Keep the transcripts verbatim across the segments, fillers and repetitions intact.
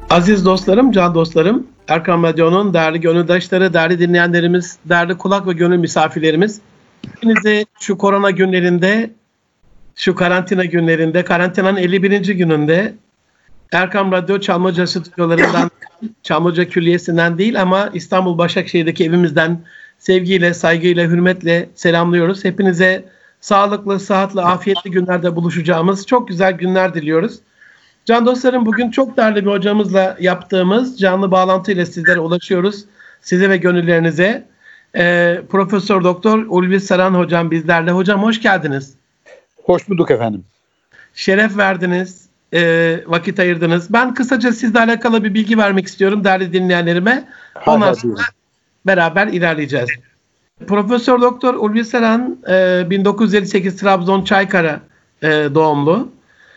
Aziz dostlarım, can dostlarım, Erkam Radyo'nun değerli gönüldaşları, değerli dinleyenlerimiz, değerli kulak ve gönül misafirlerimiz, hepinizi şu korona günlerinde, şu karantina günlerinde, karantinanın elli birinci gününde Erkam Radyo Çamlıca stüdyolarından, Çamlıca Külliyesi'nden değil ama İstanbul Başakşehir'deki evimizden sevgiyle, saygıyla, hürmetle selamlıyoruz. Hepinize sağlıklı, sıhhatli, afiyetli günlerde buluşacağımız çok güzel günler diliyoruz. Can dostlarım, bugün çok değerli bir hocamızla yaptığımız canlı bağlantıyla sizlere ulaşıyoruz. Size ve gönüllerinize. Ee, Profesör Doktor Ulvi Saran hocam bizlerle. Hocam hoş geldiniz. Hoş bulduk efendim. Şeref verdiniz, e, vakit ayırdınız. Ben kısaca sizle alakalı bir bilgi vermek istiyorum değerli dinleyenlerime. Ondan sonra beraber ilerleyeceğiz. Profesör Doktor Ulvi Saran e, bin dokuz yüz elli sekiz Trabzon Çaykara e, doğumlu.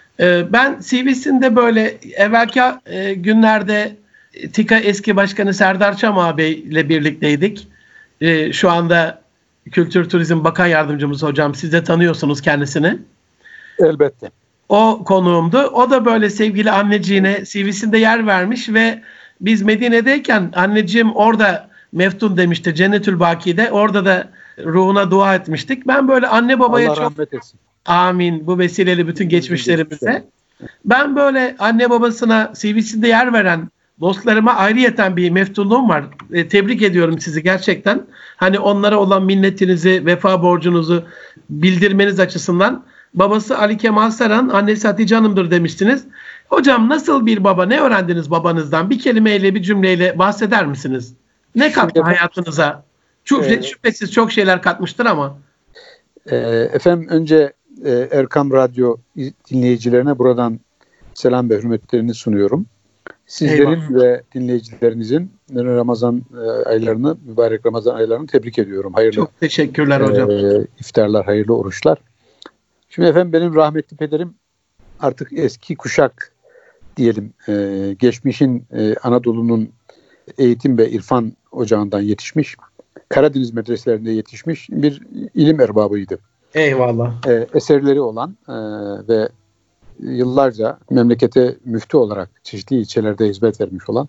Ben C V'sinde böyle evvelki günlerde TİKA eski başkanı Serdar Çam Bey ile birlikteydik. Şu anda Kültür Turizm Bakan Yardımcımız hocam. Siz de tanıyorsunuz kendisini. Elbette. O konuğumdu. O da böyle sevgili anneciğine C V'sinde yer vermiş ve biz Medine'deyken anneciğim orada meftun demişti Cennetül Baki'de. Orada da ruhuna dua etmiştik. Ben böyle anne babaya Allah çok... rahmet etsin. Amin. Bu vesileyle bütün geçmişlerimize. Ben böyle anne babasına C V'sinde yer veren dostlarıma ayrıyeten bir meftunluğum var. E, tebrik ediyorum sizi gerçekten. Hani onlara olan minnetinizi, vefa borcunuzu bildirmeniz açısından. Babası Ali Kemal Saran, annesi Hatice Hanım'dır demiştiniz. Hocam nasıl bir baba? Ne öğrendiniz babanızdan? Bir kelimeyle, bir cümleyle bahseder misiniz? Ne kattı Şimdi, hayatınıza? Çok, e, şüphesiz çok şeyler katmıştır ama. E, efendim önce e, Erkam Radyo dinleyicilerine buradan selam ve hürmetlerini sunuyorum. Sizlerin Eyvallah. Ve dinleyicilerinizin Ramazan e, aylarını, mübarek Ramazan aylarını tebrik ediyorum. Hayırlı. Çok teşekkürler hocam. E, iftarlar, hayırlı oruçlar. Şimdi efendim benim rahmetli pederim artık eski kuşak diyelim. E, geçmişin e, Anadolu'nun eğitim ve irfan ocağından yetişmiş. Karadeniz medreselerinde yetişmiş bir ilim erbabıydı. Eyvallah. E, eserleri olan e, ve yıllarca memlekete müftü olarak çeşitli ilçelerde hizmet vermiş olan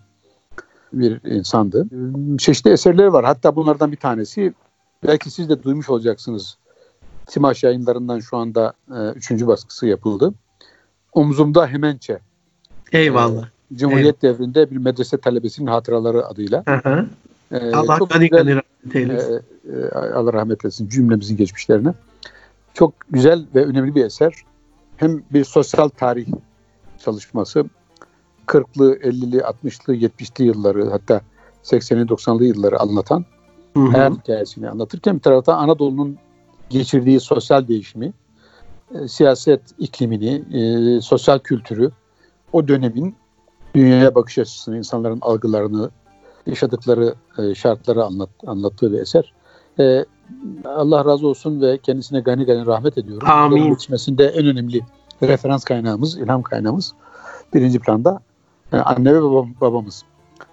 bir insandı. Çeşitli eserleri var. Hatta bunlardan bir tanesi belki siz de duymuş olacaksınız. Timaş Yayınları'ndan şu anda e, üçüncü baskısı yapıldı. Omzumda Hemençe. Eyvallah. E, Cumhuriyet Eyvallah. Devrinde bir medrese talebesinin hatıraları adıyla. Hı hı. E, Allah gani gani rahmet eylesin. E, e, Allah rahmet eylesin cümlemizin geçmişlerine. Çok güzel ve önemli bir eser. Hem bir sosyal tarih çalışması, kırklı, ellili, altmışlı, yetmişli yılları hatta seksenli, doksanlı yılları anlatan hı hı. hayat hikayesini anlatırken bir taraftan Anadolu'nun geçirdiği sosyal değişimi, e, siyaset iklimini, e, sosyal kültürü, o dönemin dünyaya bakış açısını, insanların algılarını, yaşadıkları e, şartları anlat, anlattığı bir eser. E, Allah razı olsun ve kendisine gani gani rahmet ediyorum. Amin. Geçmesinde en önemli referans kaynağımız, ilham kaynağımız birinci planda yani anne ve babam, babamız.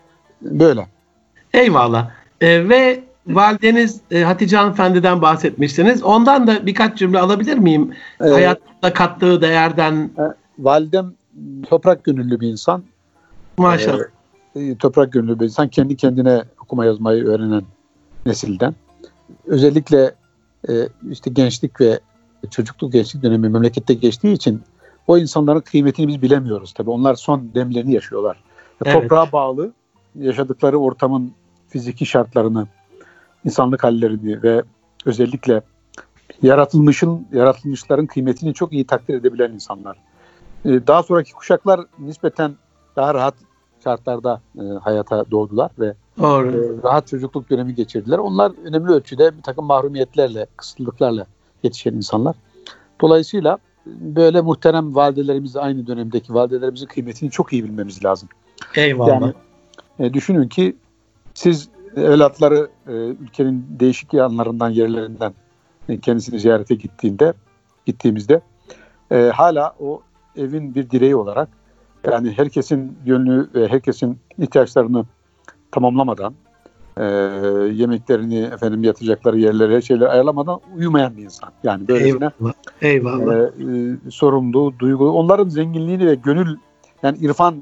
Böyle. Eyvallah. E, ve valideniz e, Hatice Hanımefendi'den bahsetmiştiniz. Ondan da birkaç cümle alabilir miyim? Ee, Hayatta kattığı değerden. E, validem toprak gönüllü bir insan. Maşallah. E, toprak gönüllü bir insan. Kendi kendine okuma yazmayı öğrenen nesilden. Özellikle e, işte gençlik ve çocukluk gençlik dönemi memlekette geçtiği için o insanların kıymetini biz bilemiyoruz tabii. Onlar son demlerini yaşıyorlar. Evet. Toprağa bağlı yaşadıkları ortamın fiziki şartlarını, insanlık hallerini ve özellikle yaratılmışın, yaratılmışların kıymetini çok iyi takdir edebilen insanlar. E, daha sonraki kuşaklar nispeten daha rahat şartlarda e, hayata doğdular ve e, rahat çocukluk dönemi geçirdiler. Onlar önemli ölçüde bir takım mahrumiyetlerle, kısıtlıklarla yetişen insanlar. Dolayısıyla böyle muhterem validelerimiz, aynı dönemdeki validelerimizin kıymetini çok iyi bilmemiz lazım. Eyvallah. Yani e, düşünün ki siz evlatları e, ülkenin değişik yanlarından, yerlerinden e, kendisini ziyarete gittiğinde, gittiğimizde e, hala o evin bir direği olarak yani herkesin gönlü ve herkesin ihtiyaçlarını tamamlamadan, e, yemeklerini, efendim yatacakları yerleri, her şeyleri ayarlamadan uyumayan bir insan. Yani böylesine Eyvallah. Eyvallah. E, e, sorumlu, duygu, onların zenginliğini ve gönül, yani irfan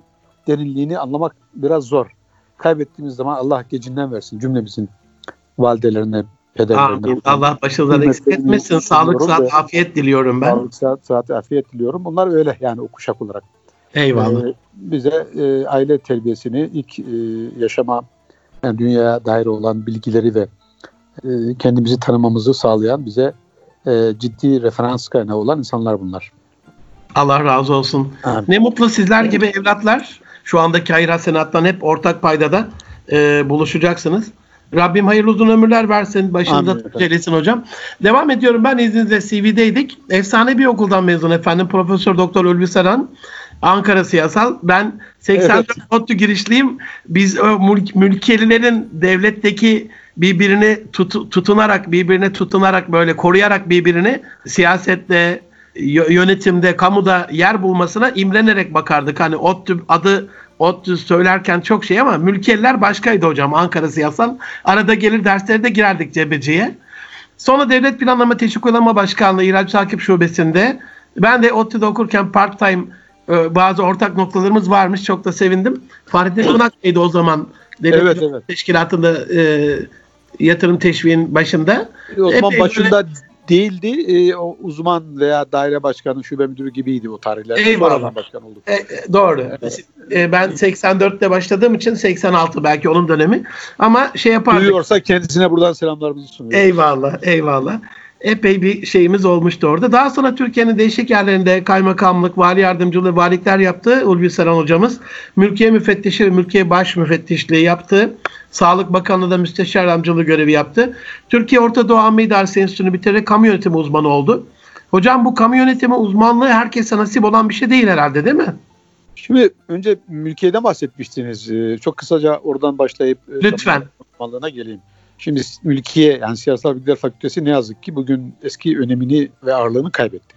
derinliğini anlamak biraz zor. Kaybettiğimiz zaman Allah gecinden versin cümlemizin validelerine, pederlerine. Amin. Allah başınızdan eksik etmesin. Sağlık, sıhhat, afiyet diliyorum ben. Sağlık, sıhhat, sıhhat, afiyet diliyorum. Bunlar öyle yani o kuşak olarak. Eyvallah. Ee, bize e, aile terbiyesini ilk e, yaşama, yani dünyaya dair olan bilgileri ve e, kendimizi tanımamızı sağlayan bize e, ciddi referans kaynağı olan insanlar bunlar. Allah razı olsun. Amin. Ne mutlu sizler gibi evlatlar. Şu andaki hayır hasenattan hep ortak paydada e, buluşacaksınız. Rabbim hayırlı uzun ömürler versin. Başınıza tecelisin hocam. Devam ediyorum. Ben izninizle C V'deydik. Efsane bir okuldan mezun efendim. Profesör Doktor Ulvi Saran. Ankara Siyasal. Ben seksen dört evet. ODTÜ girişliyim. Biz o mülk, mülkiyelilerin devletteki birbirini tut, tutunarak, birbirine tutunarak böyle koruyarak birbirini siyasette, yönetimde, kamuda yer bulmasına imrenerek bakardık. Hani ODTÜ adı ODTÜ söylerken çok şey ama mülkiyeliler başkaydı hocam. Ankara Siyasal. Arada gelir derslere de girerdik cebeciye. Sonra Devlet Planlama Teşvik Uygulama Başkanlığı İhraç Takip Şubesi'nde ben de ODTÜ'de okurken part time bazı ortak noktalarımız varmış. Çok da sevindim. Fahrettin Konak Bey'di o zaman Devlet evet, evet. Teşkilatı'nda e, yatırım teşviğin başında. O zaman Epey başında böyle... değildi. E, o uzman veya daire başkanı, şube müdürü gibiydi o tarihlerde. Eyvallah. Başkan olduk. E, doğru. Evet. E, ben seksen dörtte başladığım için seksen altı belki onun dönemi. Ama şey yapardık. Duyuyorsa kendisine buradan selamlarımızı sunuyoruz. Eyvallah. Eyvallah. Epey bir şeyimiz olmuştu orada. Daha sonra Türkiye'nin değişik yerlerinde kaymakamlık, vali yardımcılığı, valilikler yaptı Ulvi Saran hocamız. Mülkiye müfettişi ve mülkiye baş müfettişliği yaptı. Sağlık Bakanlığı'da müsteşar yardımcılığı görevi yaptı. Türkiye Orta Doğu Amme İdaresi Enstitüsü'nü bitirerek kamu yönetimi uzmanı oldu. Hocam bu kamu yönetimi uzmanlığı herkese nasip olan bir şey değil herhalde, değil mi? Şimdi önce mülkiyeden bahsetmiştiniz. Çok kısaca oradan başlayıp lütfen uzmanlığına geleyim. Şimdi mülkiye, yani Siyasal Bilgiler Fakültesi ne yazık ki bugün eski önemini ve ağırlığını kaybetti.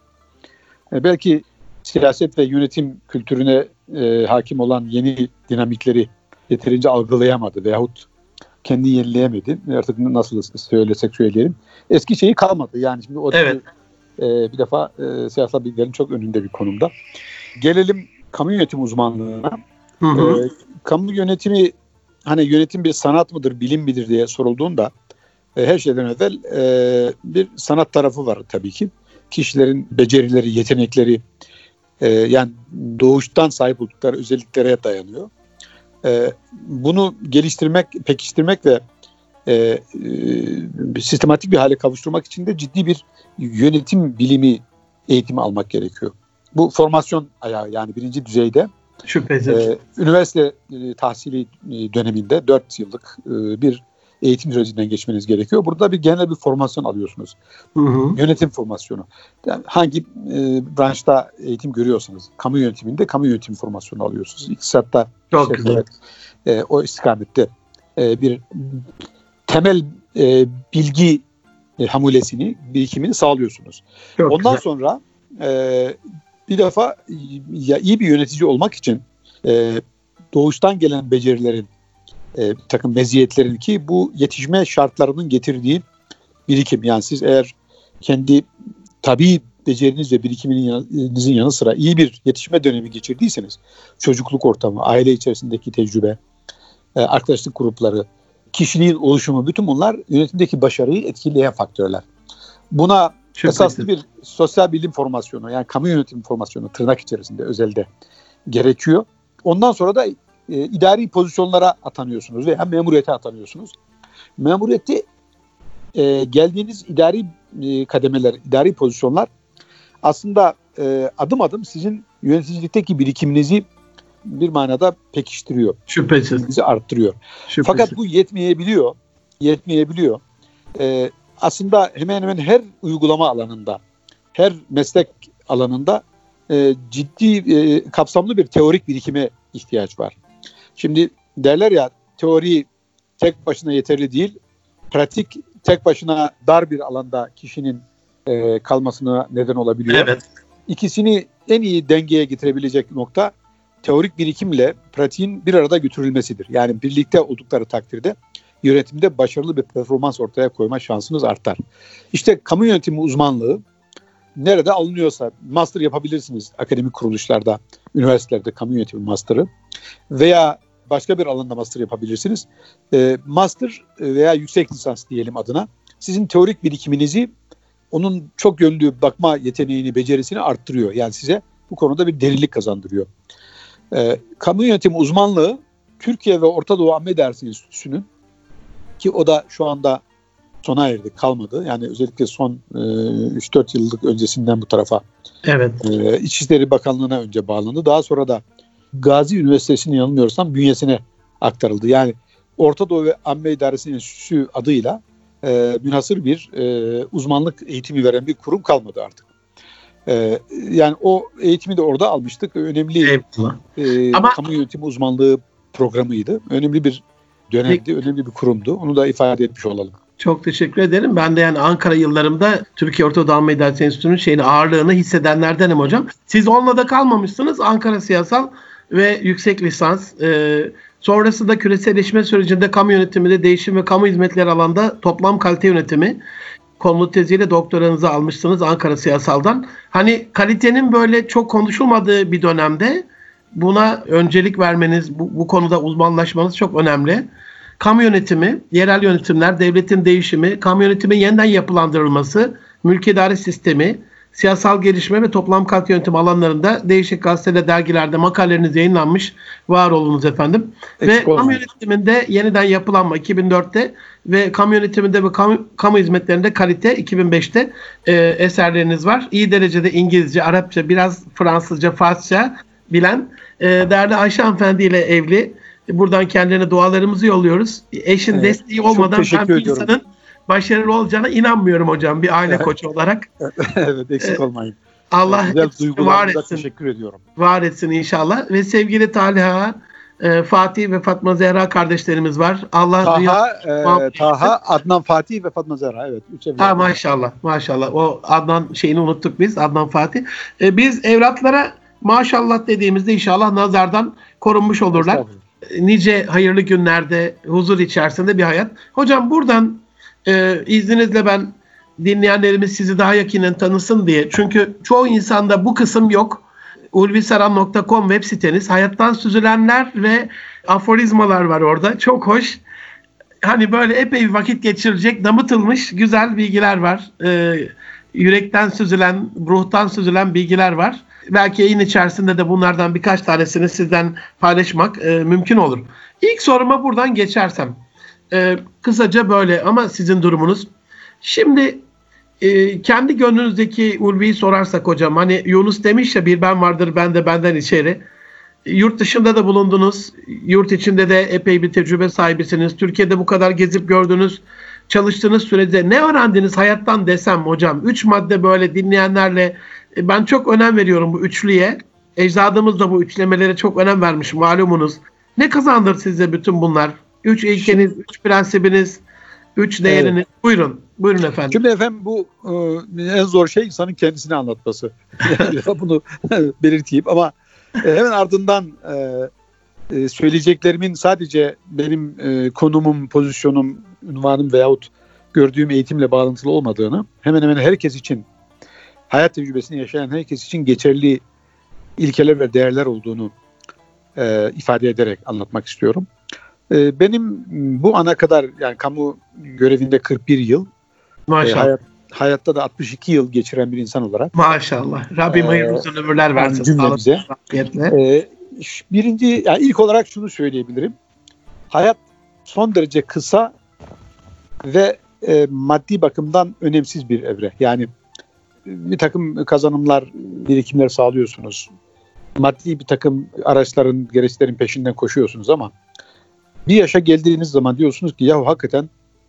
E belki siyaset ve yönetim kültürüne e, hakim olan yeni dinamikleri yeterince algılayamadı veyahut kendi yenileyemedi. Artık nasıl söylesek söyleyelim. Eski şeyi kalmadı. Yani şimdi o evet. e, bir defa e, siyasal bilgilerin çok önünde bir konumda. Gelelim kamu yönetimi uzmanlığına. Hı hı. E, kamu yönetimi hani yönetim bir sanat mıdır, bilim midir diye sorulduğunda e, her şeyden evvel e, bir sanat tarafı var tabii ki. Kişilerin becerileri, yetenekleri e, yani doğuştan sahip oldukları özelliklere dayanıyor. E, bunu geliştirmek, pekiştirmek ve e, e, sistematik bir hale kavuşturmak için de ciddi bir yönetim bilimi eğitimi almak gerekiyor. Bu formasyon ayağı, yani birinci düzeyde. Şüphesiz. Ee, üniversite e, tahsili e, döneminde dört yıllık e, bir eğitim sürecinden geçmeniz gerekiyor. Burada bir genel bir formasyon alıyorsunuz. Hı hı. Yönetim formasyonu. Yani hangi e, branşta eğitim görüyorsanız, kamu yönetiminde kamu yönetimi formasyonu alıyorsunuz. İktisatta çok güzel. E, o istikamette e, bir temel e, bilgi e, hamulesini, birikimini sağlıyorsunuz. Çok Ondan güzel. sonra e, bir defa ya iyi bir yönetici olmak için e, doğuştan gelen becerilerin, e, bir takım meziyetlerin ki bu yetişme şartlarının getirdiği birikim. Yani siz eğer kendi tabii beceriniz ve birikiminizin yanı sıra iyi bir yetişme dönemi geçirdiyseniz, çocukluk ortamı, aile içerisindeki tecrübe, e, arkadaşlık grupları, kişiliğin oluşumu, bütün bunlar yönetimdeki başarıyı etkileyen faktörler. Buna Çok esaslı bir sosyal bilim formasyonu, yani kamu yönetimi formasyonu tırnak içerisinde özelde gerekiyor. Ondan sonra da e, idari pozisyonlara atanıyorsunuz veya memuriyete atanıyorsunuz. Memuriyette e, geldiğiniz idari e, kademeler, idari pozisyonlar aslında e, adım adım sizin yöneticilikteki birikiminizi bir manada pekiştiriyor. Şüphesiz. Sizi arttırıyor. Şüphesiz. Fakat bu yetmeyebiliyor. Yetmeyebiliyor. E, aslında hemen hemen her uygulama alanında, her meslek alanında e, ciddi, e, kapsamlı bir teorik birikime ihtiyaç var. Şimdi derler ya, teori tek başına yeterli değil, pratik tek başına dar bir alanda kişinin e, kalmasına neden olabiliyor. Evet. İkisini en iyi dengeye getirebilecek nokta teorik birikimle pratiğin bir arada götürülmesidir. Yani birlikte oldukları takdirde yönetimde başarılı bir performans ortaya koyma şansınız artar. İşte kamu yönetimi uzmanlığı nerede alınıyorsa, master yapabilirsiniz akademik kuruluşlarda, üniversitelerde kamu yönetimi master'ı veya başka bir alanda master yapabilirsiniz. E, master veya yüksek lisans diyelim adına sizin teorik birikiminizi, onun çok yönlü bakma yeteneğini, becerisini arttırıyor. Yani size bu konuda bir derinlik kazandırıyor. E, kamu yönetimi uzmanlığı Türkiye ve Orta Doğu Amme Dersi Enstitüsü'nün, ki o da şu anda sona erdi, kalmadı. Yani özellikle son e, üç dört yıllık öncesinden bu tarafa evet. e, İçişleri Bakanlığı'na önce bağlandı. Daha sonra da Gazi Üniversitesi'nin yanılmıyorsam bünyesine aktarıldı. Yani Orta Doğu ve Amme İdaresi Enstitüsü adıyla e, münhasır bir e, uzmanlık eğitimi veren bir kurum kalmadı artık. E, yani o eğitimi de orada almıştık. Önemli e, Ama... kamu yönetimi uzmanlığı programıydı. Önemli bir dönemdi, Peki. önemli bir kurumdu. Onu da ifade etmiş olalım. Çok teşekkür ederim. Ben de yani Ankara yıllarımda Türkiye Orta Doğu Amme İdaresi Enstitüsü'nün şeyini, ağırlığını hissedenlerdenim hocam. Siz onunla da kalmamışsınız. Ankara Siyasal ve yüksek lisans. Ee, sonrasında küreselleşme sürecinde kamu yönetiminde değişim ve kamu hizmetleri alanda toplam kalite yönetimi konulu teziyle doktoranızı almışsınız Ankara Siyasal'dan. Hani kalitenin böyle çok konuşulmadığı bir dönemde buna öncelik vermeniz, bu, bu konuda uzmanlaşmanız çok önemli. Kamu yönetimi, yerel yönetimler, devletin değişimi, kamu yönetimi yeniden yapılandırılması, mülk idare sistemi, siyasal gelişme ve toplam kalite yönetimi alanlarında değişik gazetede, dergilerde makaleleriniz yayınlanmış. Var olunuz efendim. Eksik ve olmaz. Kamu yönetiminde yeniden yapılanma iki bin dörtte ve kamu yönetiminde ve kamu, kamu hizmetlerinde kalite iki bin beşte e, eserleriniz var. İyi derecede İngilizce, Arapça, biraz Fransızca, Farsça bilen e, değerli Ayşe hanımefendi ile evli. Buradan kendilerine dualarımızı yolluyoruz. Eşin evet, desteği olmadan ben bir insanın başarılı olacağına inanmıyorum hocam, bir aile koçu olarak. Evet, eksik olmayın. Allah var etsin. Teşekkür ediyorum. Var etsin inşallah. Ve sevgili Talha, e, Fatih ve Fatma Zehra kardeşlerimiz var. Allah Taha, dünya... e, Taha, Adnan, Fatih ve Fatma Zehra. Evet. Üç ha, maşallah. Maşallah. O Adnan şeyini unuttuk biz. Adnan, Fatih. E, biz evlatlara maşallah dediğimizde inşallah nazardan korunmuş olurlar. Nice hayırlı günlerde huzur içerisinde bir hayat. Hocam buradan e, izninizle ben dinleyenlerimiz sizi daha yakinen tanısın diye. Çünkü çoğu insanda bu kısım yok. ulvisaran nokta com web siteniz. Hayattan süzülenler ve aforizmalar var orada. Çok hoş. Hani böyle epey bir vakit geçirecek, damıtılmış güzel bilgiler var. E, yürekten süzülen, ruhtan süzülen bilgiler var. Belki yayın içerisinde de bunlardan birkaç tanesini sizden paylaşmak e, mümkün olur. İlk soruma buradan geçersem. E, kısaca böyle ama sizin durumunuz. Şimdi e, kendi gönlünüzdeki ulviyi sorarsak hocam, hani Yunus demiş ya, bir ben vardır ben de benden içeri. Yurt dışında da bulundunuz. Yurt içinde de epey bir tecrübe sahibisiniz. Türkiye'de bu kadar gezip gördünüz. Çalıştığınız sürede ne öğrendiniz hayattan desem hocam? Üç madde böyle dinleyenlerle, ben çok önem veriyorum bu üçlüye. Ecdadımız da bu üçlemelere çok önem vermiş malumunuz. Ne kazandır size bütün bunlar? Üç ilkeniz, üç prensibiniz, üç değeriniz. Evet. Buyurun. Buyurun efendim. Şimdi efendim bu e, en zor şey insanın kendisini anlatması. Bunu belirteyim ama e, hemen ardından e, e, söyleyeceklerimin sadece benim e, konumum, pozisyonum, ünvanım veyahut gördüğüm eğitimle bağlantılı olmadığını, hemen hemen herkes için, hayat tecrübesini yaşayan herkes için geçerli ilkeler ve değerler olduğunu e, ifade ederek anlatmak istiyorum. E, benim bu ana kadar, yani kamu görevinde kırk bir yıl, maşallah. E, hayat, hayatta da altmış iki yıl geçiren bir insan olarak. Maşallah. Rabbim hayırlı uzun ömürler versin. Cümlemize. E, birinci, yani ilk olarak şunu söyleyebilirim. Hayat son derece kısa ve e, maddi bakımdan önemsiz bir evre. Yani bir takım kazanımlar, birikimler sağlıyorsunuz. Maddi bir takım araçların, gereçlerin peşinden koşuyorsunuz ama bir yaşa geldiğiniz zaman diyorsunuz ki ya hakikaten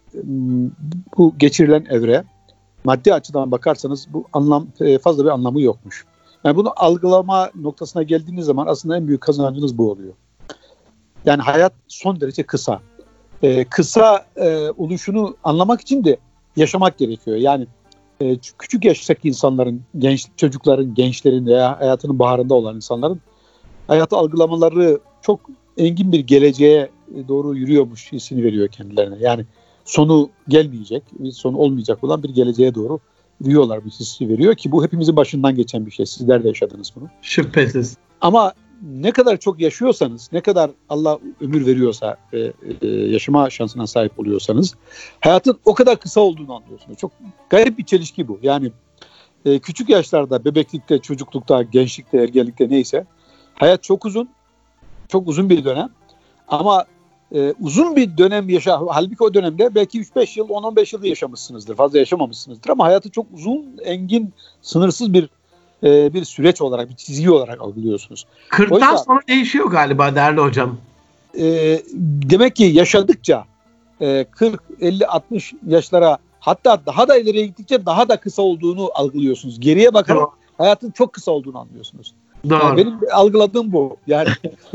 bu geçirilen evre, maddi açıdan bakarsanız bu anlam fazla bir anlamı yokmuş. Yani bunu algılama noktasına geldiğiniz zaman aslında en büyük kazancınız bu oluyor. Yani hayat son derece kısa. Ee, kısa e, oluşunu anlamak için de yaşamak gerekiyor. Yani e, küçük yaştaki insanların, genç çocukların, gençlerin veya hayatının baharında olan insanların hayatı algılamaları çok engin bir geleceğe doğru yürüyormuş hissini veriyor kendilerine. Yani sonu gelmeyecek, sonu olmayacak olan bir geleceğe doğru yürüyorlar, bir hissi veriyor ki bu hepimizin başından geçen bir şey. Sizler de yaşadınız bunu. Şüphesiz. Ama ne kadar çok yaşıyorsanız, ne kadar Allah ömür veriyorsa ve e, yaşama şansına sahip oluyorsanız hayatın o kadar kısa olduğunu anlıyorsunuz. Çok garip bir çelişki bu. Yani e, küçük yaşlarda, bebeklikte, çocuklukta, gençlikte, ergenlikte neyse hayat çok uzun, çok uzun bir dönem. Ama e, uzun bir dönem yaşa, halbuki o dönemde belki üç beş yıl, on on beş yıl yaşamışsınızdır, fazla yaşamamışsınızdır ama hayatı çok uzun, engin, sınırsız bir e, bir süreç olarak, bir çizgi olarak algılıyorsunuz. kırktan Oysa, sonra değişiyor galiba değerli hocam. E, demek ki yaşadıkça e, kırk, elli, altmış yaşlara, hatta daha da ileriye gittikçe daha da kısa olduğunu algılıyorsunuz. Geriye bakarak Doğru. hayatın çok kısa olduğunu anlıyorsunuz. Doğru. Yani benim algıladığım bu. Yani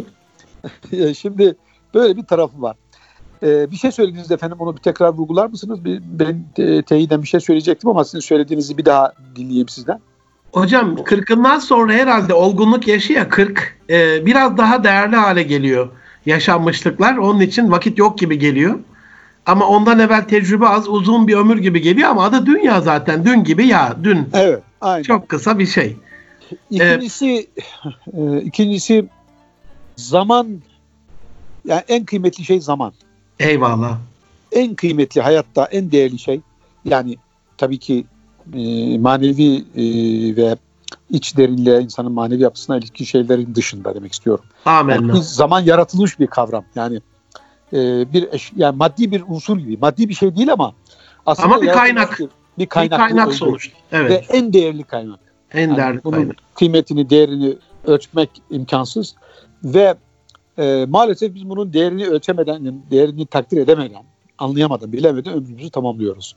şimdi böyle bir tarafı var. Ee, bir şey söylediniz efendim, onu bir tekrar vurgular mısınız? Bir, ben e, teyiden bir şey söyleyecektim ama sizin söylediğinizi bir daha dinleyeyim sizden. Hocam kırkından sonra herhalde olgunluk yaşı ya kırk e, biraz daha değerli hale geliyor yaşanmışlıklar. Onun için vakit yok gibi geliyor. Ama ondan evvel tecrübe az, uzun bir ömür gibi geliyor ama adı dünya zaten. Dün gibi ya, dün. Evet, aynen. Çok kısa bir şey. İkincisi, e, ikincisi zaman, yani en kıymetli şey zaman. Eyvallah. En kıymetli, hayatta en değerli şey, yani tabii ki e, manevi e, ve iç derinliğe, insanın manevi yapısına ilişkin şeylerin dışında demek istiyorum. Amenna. Yani zaman yaratılmış bir kavram. Yani e, bir eş, yani maddi bir unsur gibi, maddi bir şey değil ama aslında ama bir kaynak. Bir, bir kaynak, bir kaynak bir sonuçta. Evet. Ve en değerli kaynak. En Yani değerli bunun kaynak. kıymetini, değerini ölçmek imkansız ve e, maalesef biz bunun değerini ölçemeden, değerini takdir edemeden, anlayamadan, bilemeden ömrümüzü tamamlıyoruz.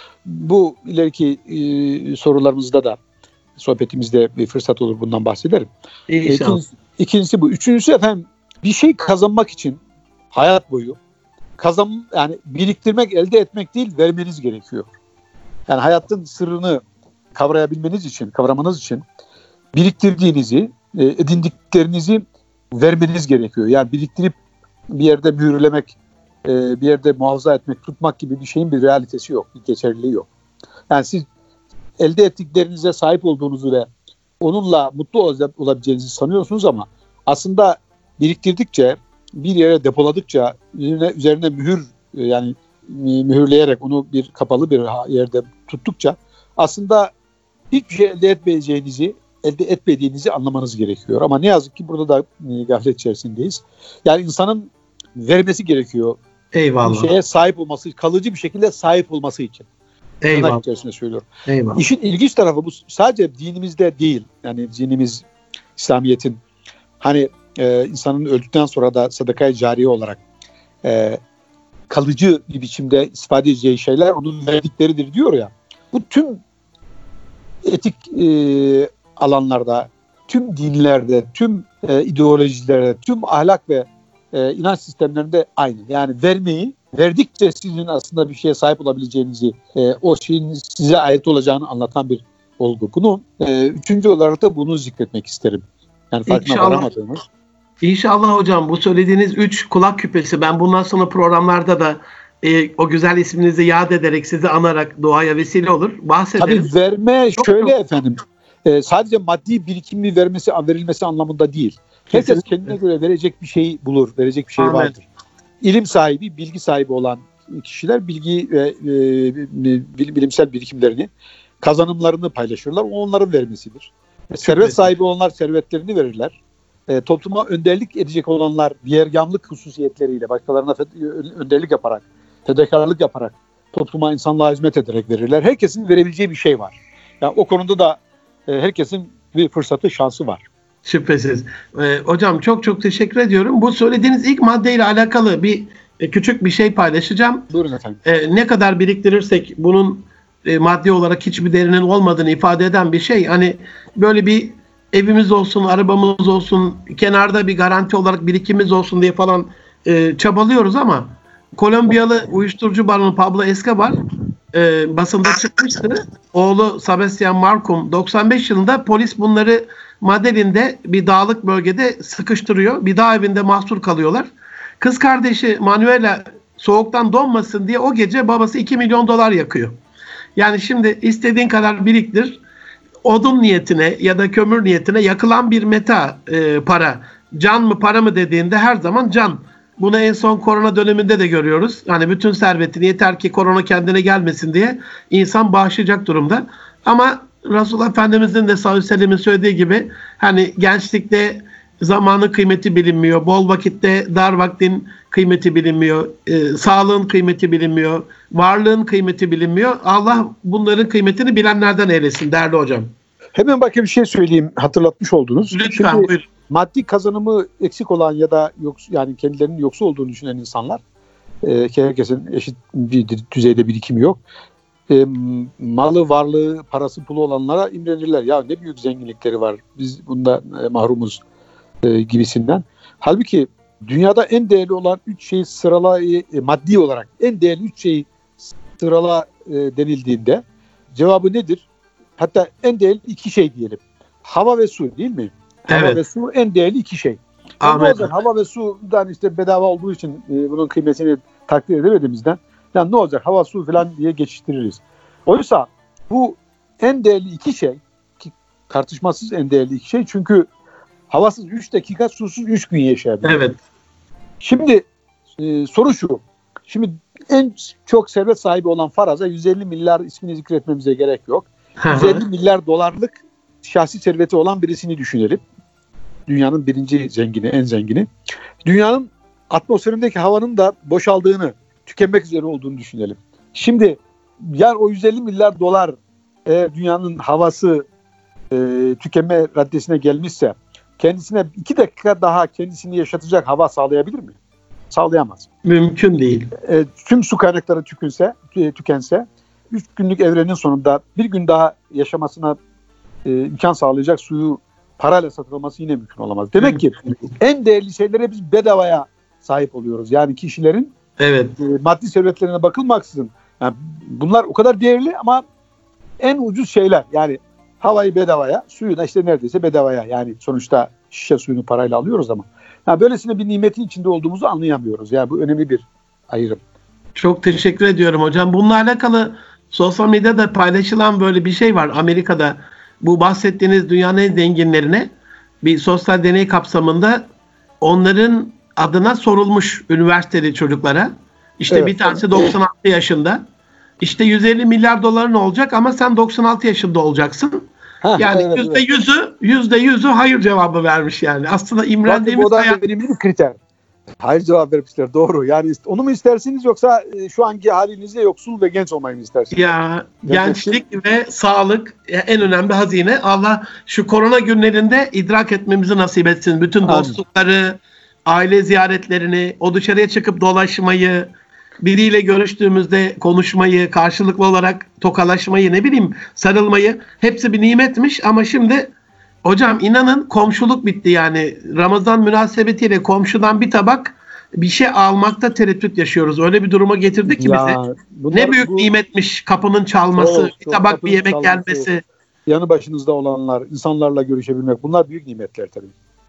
Bu ileriki e, sorularımızda da, sohbetimizde bir fırsat olur, bundan bahsederim. İnşallah. İkincisi, ikincisi bu. Üçüncüsü efendim, bir şey kazanmak için hayat boyu kazan, yani biriktirmek, elde etmek değil, vermeniz gerekiyor. Yani hayatın sırrını kavrayabilmeniz için, kavramanız için biriktirdiğinizi, e, edindiklerinizi vermeniz gerekiyor. Yani biriktirip bir yerde mühürlemek, e, bir yerde muhafaza etmek, tutmak gibi bir şeyin bir realitesi yok, bir geçerliliği yok. Yani siz elde ettiklerinize sahip olduğunuzu ve onunla mutlu olabileceğinizi sanıyorsunuz ama aslında biriktirdikçe, bir yere depoladıkça, üzerine, üzerine mühür, yani mühürleyerek onu bir kapalı bir yerde tuttukça aslında hiçbir şey elde etmeyeceğinizi, elde etmediğinizi anlamanız gerekiyor. Ama ne yazık ki burada da gaflet içerisindeyiz. Yani insanın vermesi gerekiyor. Eyvallah. Bir şeye sahip olması, kalıcı bir şekilde sahip olması için. Eyvallah. İçerisinde söylüyorum. Eyvallah. İşin ilginç tarafı bu, sadece dinimizde değil. Yani dinimiz, İslamiyet'in hani e, insanın öldükten sonra da sadaka-i cariye olarak e, kalıcı bir biçimde istifade edeceği şeyler onun verdikleridir diyor ya. Bu tüm etik e, alanlarda, tüm dinlerde, tüm e, ideolojilerde, tüm ahlak ve e, inanç sistemlerinde aynı. Yani vermeyi, verdikçe sizin aslında bir şeye sahip olabileceğinizi, e, o şeyin size ait olacağını anlatan bir olgu. Bunu e, üçüncü olarak da bunu zikretmek isterim. Yani farkına İnşallah. varamadığımız. İnşallah hocam bu söylediğiniz üç kulak küpesi, ben bundan sonra programlarda da e, o güzel isminizi yad ederek, sizi anarak duaya vesile olur. Bahsedelim. Tabii verme Çok şöyle çok. efendim, e, sadece maddi birikimi vermesi, verilmesi anlamında değil. Herkes Kesinlikle. kendine göre verecek bir şey bulur, verecek bir şey Amin. vardır. İlim sahibi, bilgi sahibi olan kişiler bilgi ve e, bilimsel birikimlerini, kazanımlarını paylaşırlar. O onların vermesidir. E, servet sahibi olanlar servetlerini verirler. E, topluma önderlik edecek olanlar diğer yamlık hususiyetleriyle, başkalarına fed- önderlik yaparak, fedakarlık yaparak, topluma, insanlığa hizmet ederek verirler. Herkesin verebileceği bir şey var. Yani o konuda da e, herkesin bir fırsatı, şansı var. Şüphesiz. Ee, hocam çok çok teşekkür ediyorum. Bu söylediğiniz ilk maddeyle alakalı bir e, küçük bir şey paylaşacağım. Buyurun efendim. E, ne kadar biriktirirsek bunun e, maddi olarak hiçbir değerinin olmadığını ifade eden bir şey. Hani böyle bir evimiz olsun, arabamız olsun, kenarda bir garanti olarak birikimimiz olsun diye falan e, çabalıyoruz ama Kolombiyalı uyuşturucu baronu Pablo Escobar e, basında çıkmıştı. Oğlu Sebastian Marcum doksan beş yılında polis bunları Madellin'de bir dağlık bölgede sıkıştırıyor. Bir dağ evinde mahsur kalıyorlar. Kız kardeşi Manuela soğuktan donmasın diye o gece babası iki milyon dolar yakıyor. Yani şimdi istediğin kadar biriktir. odun niyetine ya da kömür niyetine yakılan bir meta e, para. Can mı para mı dediğinde her zaman can. Bunu en son korona döneminde de görüyoruz. Hani bütün servetini yeter ki korona kendine gelmesin diye insan bağışlayacak durumda. Ama Resulullah Efendimiz'in de sallallahu aleyhi ve sellem'in söylediği gibi hani gençlikte zamanın kıymeti bilinmiyor. Bol vakitte dar vaktin kıymeti bilinmiyor. E, sağlığın kıymeti bilinmiyor. Varlığın kıymeti bilinmiyor. Allah bunların kıymetini bilenlerden eylesin değerli hocam. Hemen bakayım bir şey söyleyeyim. Hatırlatmış oldunuz. Lütfen Şimdi, buyurun. maddi kazanımı eksik olan ya da yoksul, yani kendilerinin yoksul olduğunu düşünen insanlar, e, herkesin eşit bir düzeyde birikimi yok. E, malı, varlığı, parası, pulu olanlara imrenirler. Ya ne büyük zenginlikleri var. Biz bundan e, mahrumuz e, gibisinden. Halbuki dünyada en değerli olan üç şeyi sırala, e, maddi olarak en değerli üç şeyi sırala e, denildiğinde cevabı nedir? Hatta en değerli iki şey diyelim. Hava ve su değil mi? Hava Evet. ve su en değerli iki şey. Ne olacak? Hava ve sudan işte bedava olduğu için e, bunun kıymetini takdir edemediğimizden yani ne olacak? Hava, su falan diye geçiştiririz. Oysa bu en değerli iki şey, ki tartışmasız en değerli iki şey, çünkü havasız üç dakika, susuz üç gün yaşayabilir. Evet. Şimdi e, soru şu. Şimdi en çok servet sahibi olan faraza yüz elli milyar, ismini zikretmemize gerek yok. yüz elli milyar dolarlık şahsi serveti olan birisini düşünelim. Dünyanın birinci zengini, en zengini. Dünyanın atmosferindeki havanın da boşaldığını, tükenmek üzere olduğunu düşünelim. Şimdi yani o yüz elli milyar dolar eğer dünyanın havası e, tükenme raddesine gelmişse kendisine iki dakika daha kendisini yaşatacak hava sağlayabilir mi? Sağlayamaz. Mümkün değil. E, tüm su kaynakları tükünse, tükense üç günlük evrenin sonunda bir gün daha yaşamasına e, imkan sağlayacak suyu parayla satılması yine mümkün olamaz. Demek ki en değerli şeylere biz bedavaya sahip oluyoruz. Yani kişilerin evet. e, maddi servetlerine bakılmaksızın. Yani bunlar o kadar değerli ama en ucuz şeyler. Yani havayı bedavaya, suyu da işte neredeyse bedavaya. Yani sonuçta şişe suyunu parayla alıyoruz ama. Yani böylesine bir nimetin içinde olduğumuzu anlayamıyoruz. Yani bu önemli bir ayrım. Çok teşekkür ediyorum hocam. Bununla alakalı sosyal medyada paylaşılan böyle bir şey var. Amerika'da bu bahsettiğiniz dünyanın en zenginlerine bir sosyal deney kapsamında onların adına sorulmuş üniversiteli çocuklara. İşte Evet. bir tanesi doksan altı yaşında. İşte yüz elli milyar doların olacak ama sen doksan altı yaşında olacaksın. Ha, yani evet, yüzde evet. yüzü yüzde yüzü hayır cevabı vermiş yani. Aslında imrendiğimiz Bu da hayat. önemli bir kriter. Hayır cevap vermişler. Doğru. Yani onu mu istersiniz yoksa e, şu anki halinizde yoksul ve genç olmayı mı istersiniz? Ya gençlik ve sağlık en önemli hazine. Allah şu korona günlerinde idrak etmemizi nasip etsin. Bütün Amin. dostlukları, aile ziyaretlerini, o dışarıya çıkıp dolaşmayı, biriyle görüştüğümüzde konuşmayı, karşılıklı olarak tokalaşmayı, ne bileyim sarılmayı, hepsi bir nimetmiş ama şimdi hocam inanın komşuluk bitti yani. Ramazan münasebetiyle komşudan bir tabak bir şey almakta tereddüt yaşıyoruz. Öyle bir duruma getirdi ki Ya, bizi. bunlar, Ne büyük bu, nimetmiş kapının çalması, Çok, bir çok tabak kapının bir yemek çalması. gelmesi. yanı başınızda olanlar, insanlarla görüşebilmek, bunlar büyük nimetler tabii.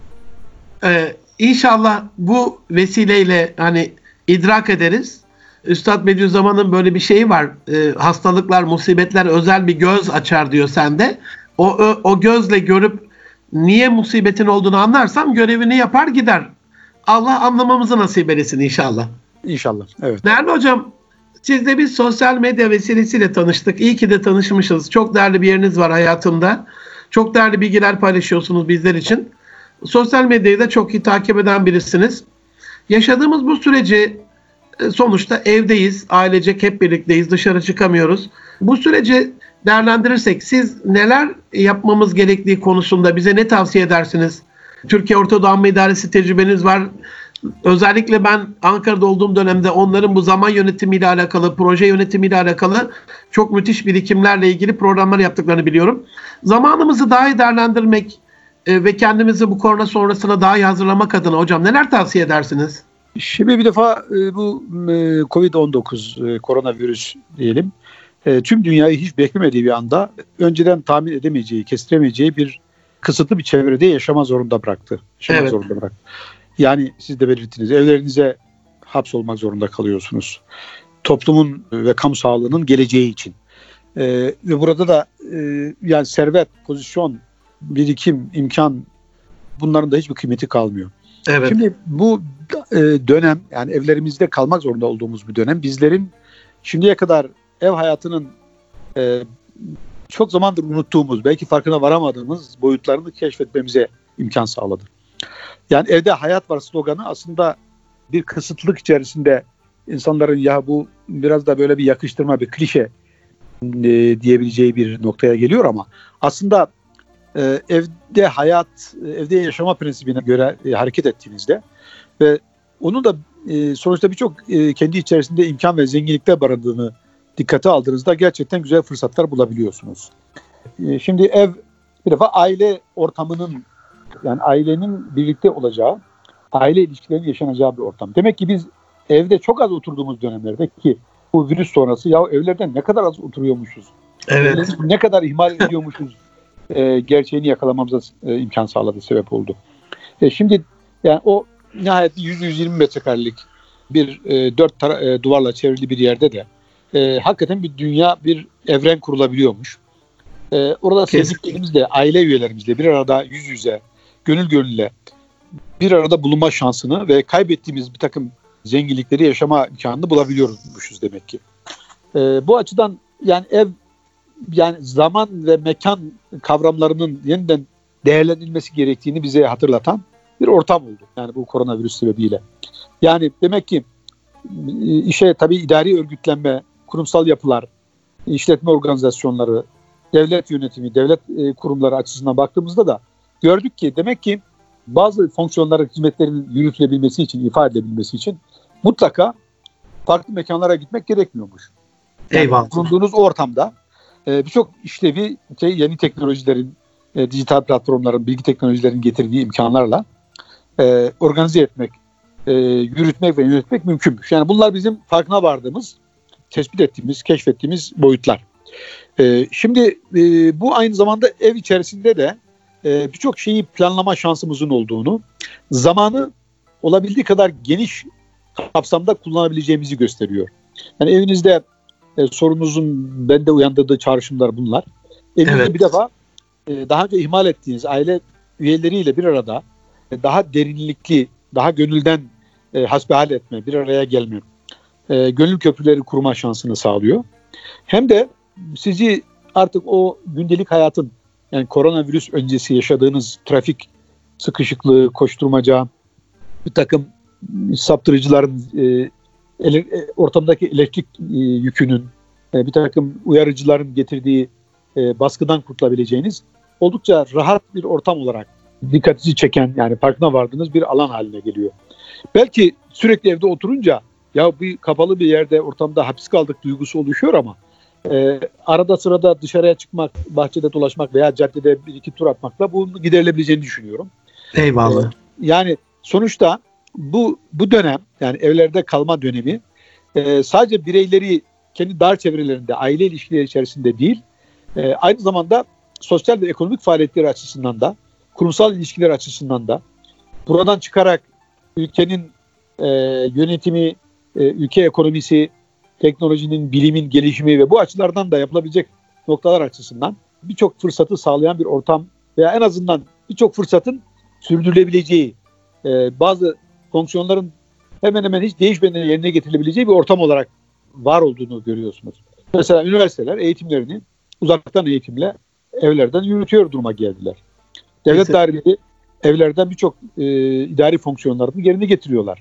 Ee, İnşallah bu vesileyle hani idrak ederiz. Üstad Bediüzzaman'ın böyle bir şeyi var. Ee, hastalıklar, musibetler özel bir göz açar diyor sende. O, o, o gözle görüp niye musibetin olduğunu anlarsam görevini yapar gider. Allah anlamamızı nasip etsin inşallah. İnşallah. Evet. Değerli hocam, sizle biz sosyal medya vesilesiyle tanıştık. İyi ki de tanışmışız. Çok değerli bir yeriniz var hayatımda. Çok değerli bilgiler paylaşıyorsunuz bizler için. Sosyal medyayı da çok iyi takip eden birisiniz. Yaşadığımız bu süreci sonuçta evdeyiz, ailecek hep birlikteyiz, dışarı çıkamıyoruz. Bu süreci değerlendirirsek siz neler yapmamız gerektiği konusunda bize ne tavsiye edersiniz? Türkiye Orta Amma İdaresi tecrübeniz var. Özellikle ben Ankara'da olduğum dönemde onların bu zaman yönetimiyle alakalı, proje yönetimiyle alakalı çok müthiş birikimlerle ilgili programlar yaptıklarını biliyorum. Zamanımızı daha iyi değerlendirmek ve kendimizi bu korona sonrasına daha iyi hazırlamak adına hocam neler tavsiye edersiniz? Şimdi bir defa bu kovid on dokuz koronavirüs diyelim tüm dünyayı hiç beklemediği bir anda önceden tahmin edemeyeceği, kestiremeyeceği bir kısıtlı bir çevrede yaşama zorunda bıraktı. Yaşama Evet. zorunda bıraktı. Yani siz de belirttiniz, evlerinize hapsolmak zorunda kalıyorsunuz. Toplumun ve kamu sağlığının geleceği için. E, ve burada da e, yani servet, pozisyon, birikim, imkan, bunların da hiçbir kıymeti kalmıyor. Evet. Şimdi bu e, dönem, yani evlerimizde kalmak zorunda olduğumuz bir dönem, bizlerin şimdiye kadar ev hayatının e, çok zamandır unuttuğumuz, belki farkına varamadığımız boyutlarını keşfetmemize imkan sağladı. Yani evde hayat var sloganı aslında bir kısıtlık içerisinde insanların ya bu biraz da böyle bir yakıştırma, bir klişe e, diyebileceği bir noktaya geliyor ama aslında e, evde hayat, evde yaşama prensibine göre e, hareket ettiğinizde ve onun da e, sonuçta birçok e, kendi içerisinde imkan ve zenginlikler barındığını dikkate aldığınızda gerçekten güzel fırsatlar bulabiliyorsunuz. E, şimdi ev bir defa aile ortamının, yani ailenin birlikte olacağı, aile ilişkilerinin yaşanacağı bir ortam. Demek ki biz evde çok az oturduğumuz dönemlerde, ki bu virüs sonrası ya evlerden ne kadar az oturuyormuşuz, Evet. ne kadar ihmal ediyormuşuz e, gerçeğini yakalamamıza e, imkan sağladı, sebep oldu. E, şimdi yani o nihayet yüz yüz yirmi metrekarelik bir e, dört tara- e, duvarla çevrili bir yerde de e, hakikaten bir dünya, bir evren kurulabiliyormuş. E, orada sevdiklerimizle, aile üyelerimizle bir arada yüz yüze, gönül gönülle bir arada bulunma şansını ve kaybettiğimiz bir takım zenginlikleri yaşama imkanını bulabiliyormuşuz demek ki. E, bu açıdan yani ev, yani zaman ve mekan kavramlarının yeniden değerlendirilmesi gerektiğini bize hatırlatan bir ortam oldu. Yani bu koronavirüs sebebiyle. Yani demek ki işe tabii idari örgütlenme, kurumsal yapılar, işletme organizasyonları, devlet yönetimi, devlet kurumları açısından baktığımızda da gördük ki demek ki bazı fonksiyonların, hizmetlerin yürütülebilmesi için, ifade edilebilmesi için mutlaka farklı mekanlara gitmek gerekmiyormuş. Yani Eyvallah. bulunduğunuz ortamda e, birçok işlevi şey, yeni teknolojilerin, e, dijital platformların, bilgi teknolojilerin getirdiği imkanlarla e, organize etmek, e, yürütmek ve yönetmek mümkünmüş. Yani bunlar bizim farkına vardığımız, tespit ettiğimiz, keşfettiğimiz boyutlar. E, şimdi e, bu aynı zamanda ev içerisinde de e, birçok şeyi planlama şansımızın olduğunu, zamanı olabildiği kadar geniş kapsamda kullanabileceğimizi gösteriyor. Yani evinizde e, sorunuzun bende uyandırdığı çağrışımlar bunlar. Evinizde evet. Bir defa e, daha önce ihmal ettiğiniz aile üyeleriyle bir arada e, daha derinlikli, daha gönülden e, hasbihal etme, bir araya gelme, e, gönül köprüleri kurma şansını sağlıyor. Hem de sizi artık o gündelik hayatın, yani koronavirüs öncesi yaşadığınız trafik sıkışıklığı, koşturmaca, bir takım saptırıcıların e, ele, ortamdaki elektrik e, yükünün, e, bir takım uyarıcıların getirdiği e, baskıdan kurtulabileceğiniz oldukça rahat bir ortam olarak dikkatinizi çeken, yani farkına vardığınız bir alan haline geliyor. Belki sürekli evde oturunca ya bir kapalı bir yerde, ortamda hapis kaldık duygusu oluşuyor ama e, arada sırada dışarıya çıkmak, bahçede dolaşmak veya caddede bir iki tur atmakla bunun giderilebileceğini düşünüyorum. Eyvallah. E, yani sonuçta bu bu dönem, yani evlerde kalma dönemi e, sadece bireyleri kendi dar çevrelerinde, aile ilişkileri içerisinde değil, e, aynı zamanda sosyal ve ekonomik faaliyetleri açısından da, kurumsal ilişkiler açısından da, buradan çıkarak ülkenin e, yönetimi, e, ülke ekonomisi, teknolojinin, bilimin gelişimi ve bu açılardan da yapılabilecek noktalar açısından birçok fırsatı sağlayan bir ortam veya en azından birçok fırsatın sürdürülebileceği, e, bazı fonksiyonların hemen hemen hiç değişmeden yerine getirilebileceği bir ortam olarak var olduğunu görüyorsunuz. Mesela üniversiteler eğitimlerini uzaktan eğitimle evlerden yürütüyor duruma geldiler. Devlet daireleri evlerden birçok e, idari fonksiyonlarını yerine getiriyorlar.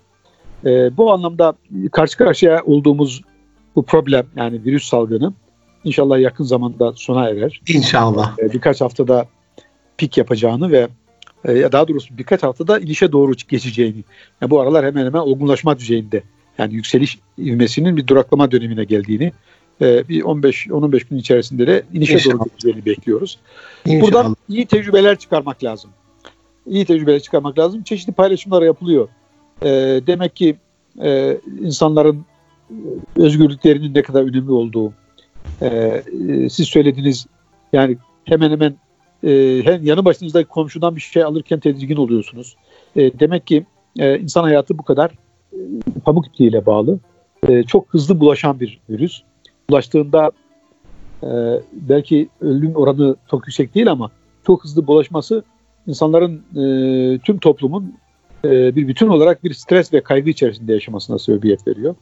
E, bu anlamda karşı karşıya olduğumuz bu problem, yani virüs salgını inşallah yakın zamanda sona erer. İnşallah. E, birkaç haftada pik yapacağını ve e, daha doğrusu birkaç haftada inişe doğru geçeceğini. Yani bu aralar hemen hemen olgunlaşma düzeyinde. Yani yükseliş ivmesinin bir duraklama dönemine geldiğini, e, bir on beş on on beş gün içerisinde de inişe İnşallah. Doğru geçeceğini bekliyoruz. İnşallah. Buradan iyi tecrübeler çıkarmak lazım. İyi tecrübeler çıkarmak lazım. Çeşitli paylaşımlar yapılıyor. E, demek ki e, insanların özgürlüklerinin ne kadar önemli olduğu, e, e, siz söylediğiniz, yani hemen hemen e, hem yanı başınızdaki komşudan bir şey alırken tedirgin oluyorsunuz. E, demek ki e, insan hayatı bu kadar e, pamuk ipliğiyle bağlı. E, çok hızlı bulaşan bir virüs. Bulaştığında e, belki ölüm oranı çok yüksek değil ama çok hızlı bulaşması insanların, e, tüm toplumun e, bir bütün olarak bir stres ve kaygı içerisinde yaşamasına sebebiyet veriyor.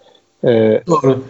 E, Doğru.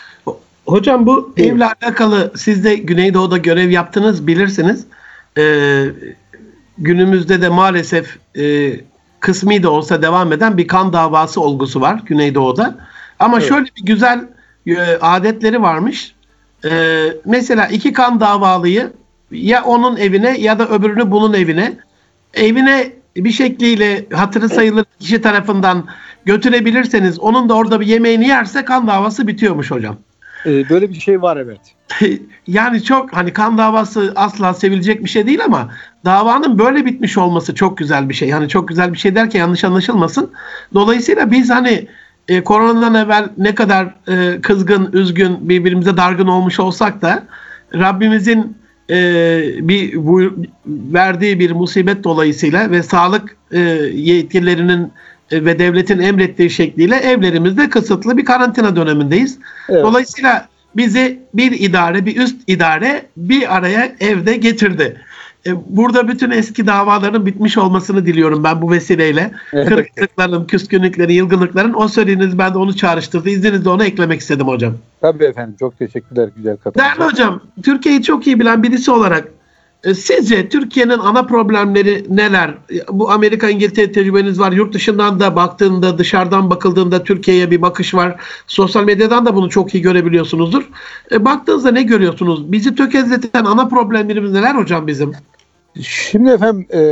Hocam bu Evet. evle alakalı siz de Güneydoğu'da görev yaptınız, bilirsiniz. Ee, günümüzde de maalesef e, kısmi de olsa devam eden bir kan davası olgusu var Güneydoğu'da. Ama Evet. şöyle bir güzel e, adetleri varmış. Ee, mesela iki kan davalıyı ya onun evine ya da öbürünü bunun evine evine bir şekliyle hatırı sayılır kişi tarafından götürebilirseniz, onun da orada bir yemeğini yerse kan davası bitiyormuş hocam. e, böyle bir şey var, evet. Yani çok, hani kan davası asla sevilecek bir şey değil ama davanın böyle bitmiş olması çok güzel bir şey. Yani çok güzel bir şey derken yanlış anlaşılmasın. Dolayısıyla biz hani e, koronadan evvel ne kadar e, kızgın, üzgün, birbirimize dargın olmuş olsak da Rabbimizin e, bir bu, verdiği bir musibet dolayısıyla ve sağlık e, yetkililerinin e, ve devletin emrettiği şekliyle evlerimizde kısıtlı bir karantina dönemindeyiz. Evet. Dolayısıyla bizi bir idare, bir üst idare bir araya evde getirdi. Burada bütün eski davaların bitmiş olmasını diliyorum ben bu vesileyle. Evet. Kırıklıkların, küskünlüklerin, yılgınlıkların, o söylediğiniz ben de onu çağrıştırdı. İzninizle onu eklemek istedim hocam. Tabii efendim, çok teşekkürler güzel katılımcı. Değerli hocam, Türkiye'yi çok iyi bilen birisi olarak e, sizce Türkiye'nin ana problemleri neler? E, Bu Amerika, İngiltere tecrübeniz var. Yurt dışından da baktığında, dışarıdan bakıldığında Türkiye'ye bir bakış var. Sosyal medyadan da bunu çok iyi görebiliyorsunuzdur. E, baktığınızda ne görüyorsunuz? Bizi tökezleten ana problemlerimiz neler hocam bizim? Şimdi efendim, e,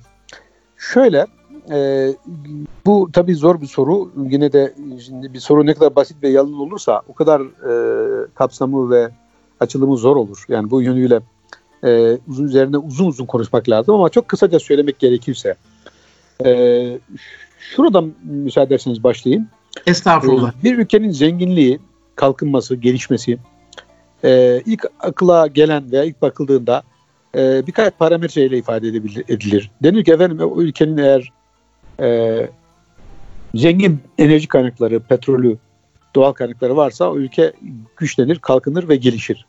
şöyle, e, bu tabii zor bir soru. Yine de şimdi bir soru ne kadar basit ve yalın olursa o kadar e, kapsamı ve açılımı zor olur. Yani bu yönüyle e, uzun üzerine uzun uzun konuşmak lazım ama çok kısaca söylemek gerekirse, e, şuradan müsaade ederseniz başlayayım. Estağfurullah. E, bir ülkenin zenginliği, kalkınması, gelişmesi e, ilk akıla gelen veya ilk bakıldığında e, birkaç parametreyle ifade edebilir, edilir. Denir ki efendim, o ülkenin eğer e, zengin enerji kaynakları, petrolü, doğal kaynakları varsa o ülke güçlenir, kalkınır ve gelişir.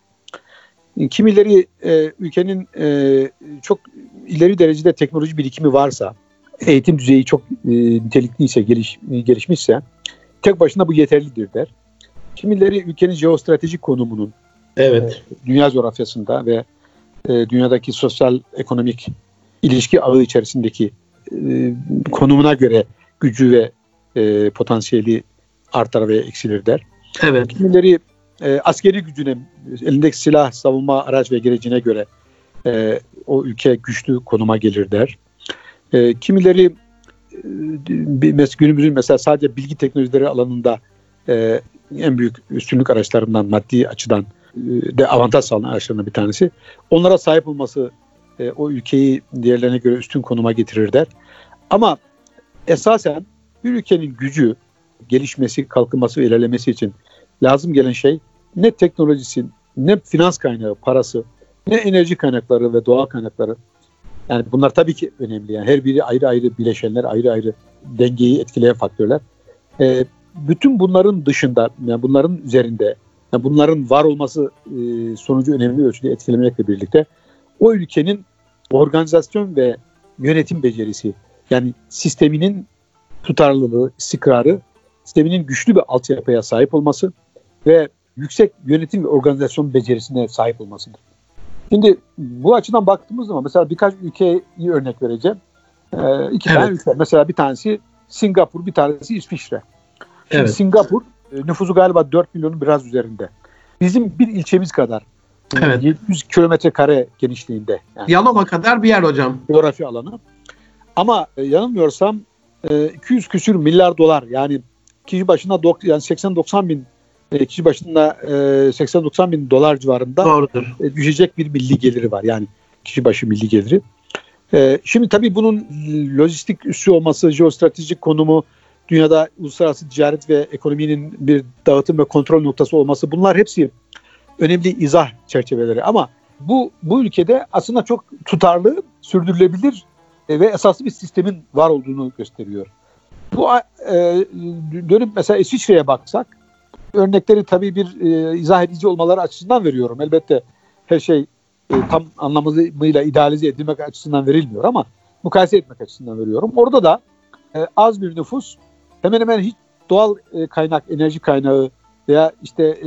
Kimileri e, ülkenin e, çok ileri derecede teknoloji birikimi varsa, eğitim düzeyi çok e, nitelikliyse, geliş, gelişmişse tek başına bu yeterlidir der. Kimileri ülkenin jeostratejik konumunun, Evet. e, dünya coğrafyasında ve e, dünyadaki sosyal ekonomik ilişki ağı içerisindeki e, konumuna göre gücü ve e, potansiyeli artar ve eksilir der. Evet. Kimileri e, askeri gücüne, elindeki silah, savunma araç ve gerecine göre e, o ülke güçlü konuma gelir der. E, kimileri e, mes- günümüzün mesela sadece bilgi teknolojileri alanında e, en büyük üstünlük araçlarından, maddi açıdan e, de avantaj sağlayan araçlarından bir tanesi. Onlara sahip olması e, o ülkeyi diğerlerine göre üstün konuma getirir der. Ama esasen bir ülkenin gücü, gelişmesi, kalkınması ve ilerlemesi için lazım gelen şey ne teknolojisi, ne finans kaynağı, parası, ne enerji kaynakları ve doğal kaynakları. Yani bunlar tabii ki önemli. Yani her biri ayrı ayrı bileşenler, ayrı ayrı dengeyi etkileyen faktörler. Ee, bütün bunların dışında, yani bunların üzerinde, yani bunların var olması e, sonucu önemli ölçüde etkilemekle birlikte o ülkenin organizasyon ve yönetim becerisi, yani sisteminin tutarlılığı, istikrarı, sisteminin güçlü bir altyapıya sahip olması ve yüksek yönetim ve organizasyon becerisine sahip olmasıdır. Şimdi bu açıdan baktığımız zaman mesela birkaç ülkeyi örnek vereceğim. Ee, iki Evet. tane ülke. Mesela bir tanesi Singapur, bir tanesi İsviçre. Şimdi Evet. Singapur nüfusu galiba dört milyonun biraz üzerinde. Bizim bir ilçemiz kadar. Evet. yedi yüz kilometre kare genişliğinde. Yani Yalova kadar bir yer hocam. coğrafi alanı. Ama e, yanılmıyorsam e, iki yüz küsür milyar dolar, yani kişi başına dok- yani seksen doksan bin e, kişi başına e, seksen doksan bin dolar civarında Doğrudur. e, düşecek bir milli geliri var. Yani kişi başı milli geliri. E, şimdi tabii bunun lojistik üssü olması, jeostratejik konumu, dünyada uluslararası ticaret ve ekonominin bir dağıtım ve kontrol noktası olması, bunlar hepsi önemli izah çerçeveleri. Ama bu bu ülkede aslında çok tutarlı, sürdürülebilir ve esaslı bir sistemin var olduğunu gösteriyor. Bu e, dönüp mesela İsviçre'ye baksak, örnekleri tabii bir e, izah edici olmaları açısından veriyorum. Elbette her şey e, tam anlamıyla idealize edilmek açısından verilmiyor ama mukayese etmek açısından veriyorum. Orada da e, az bir nüfus hemen hemen hiç doğal e, kaynak, enerji kaynağı veya işte e,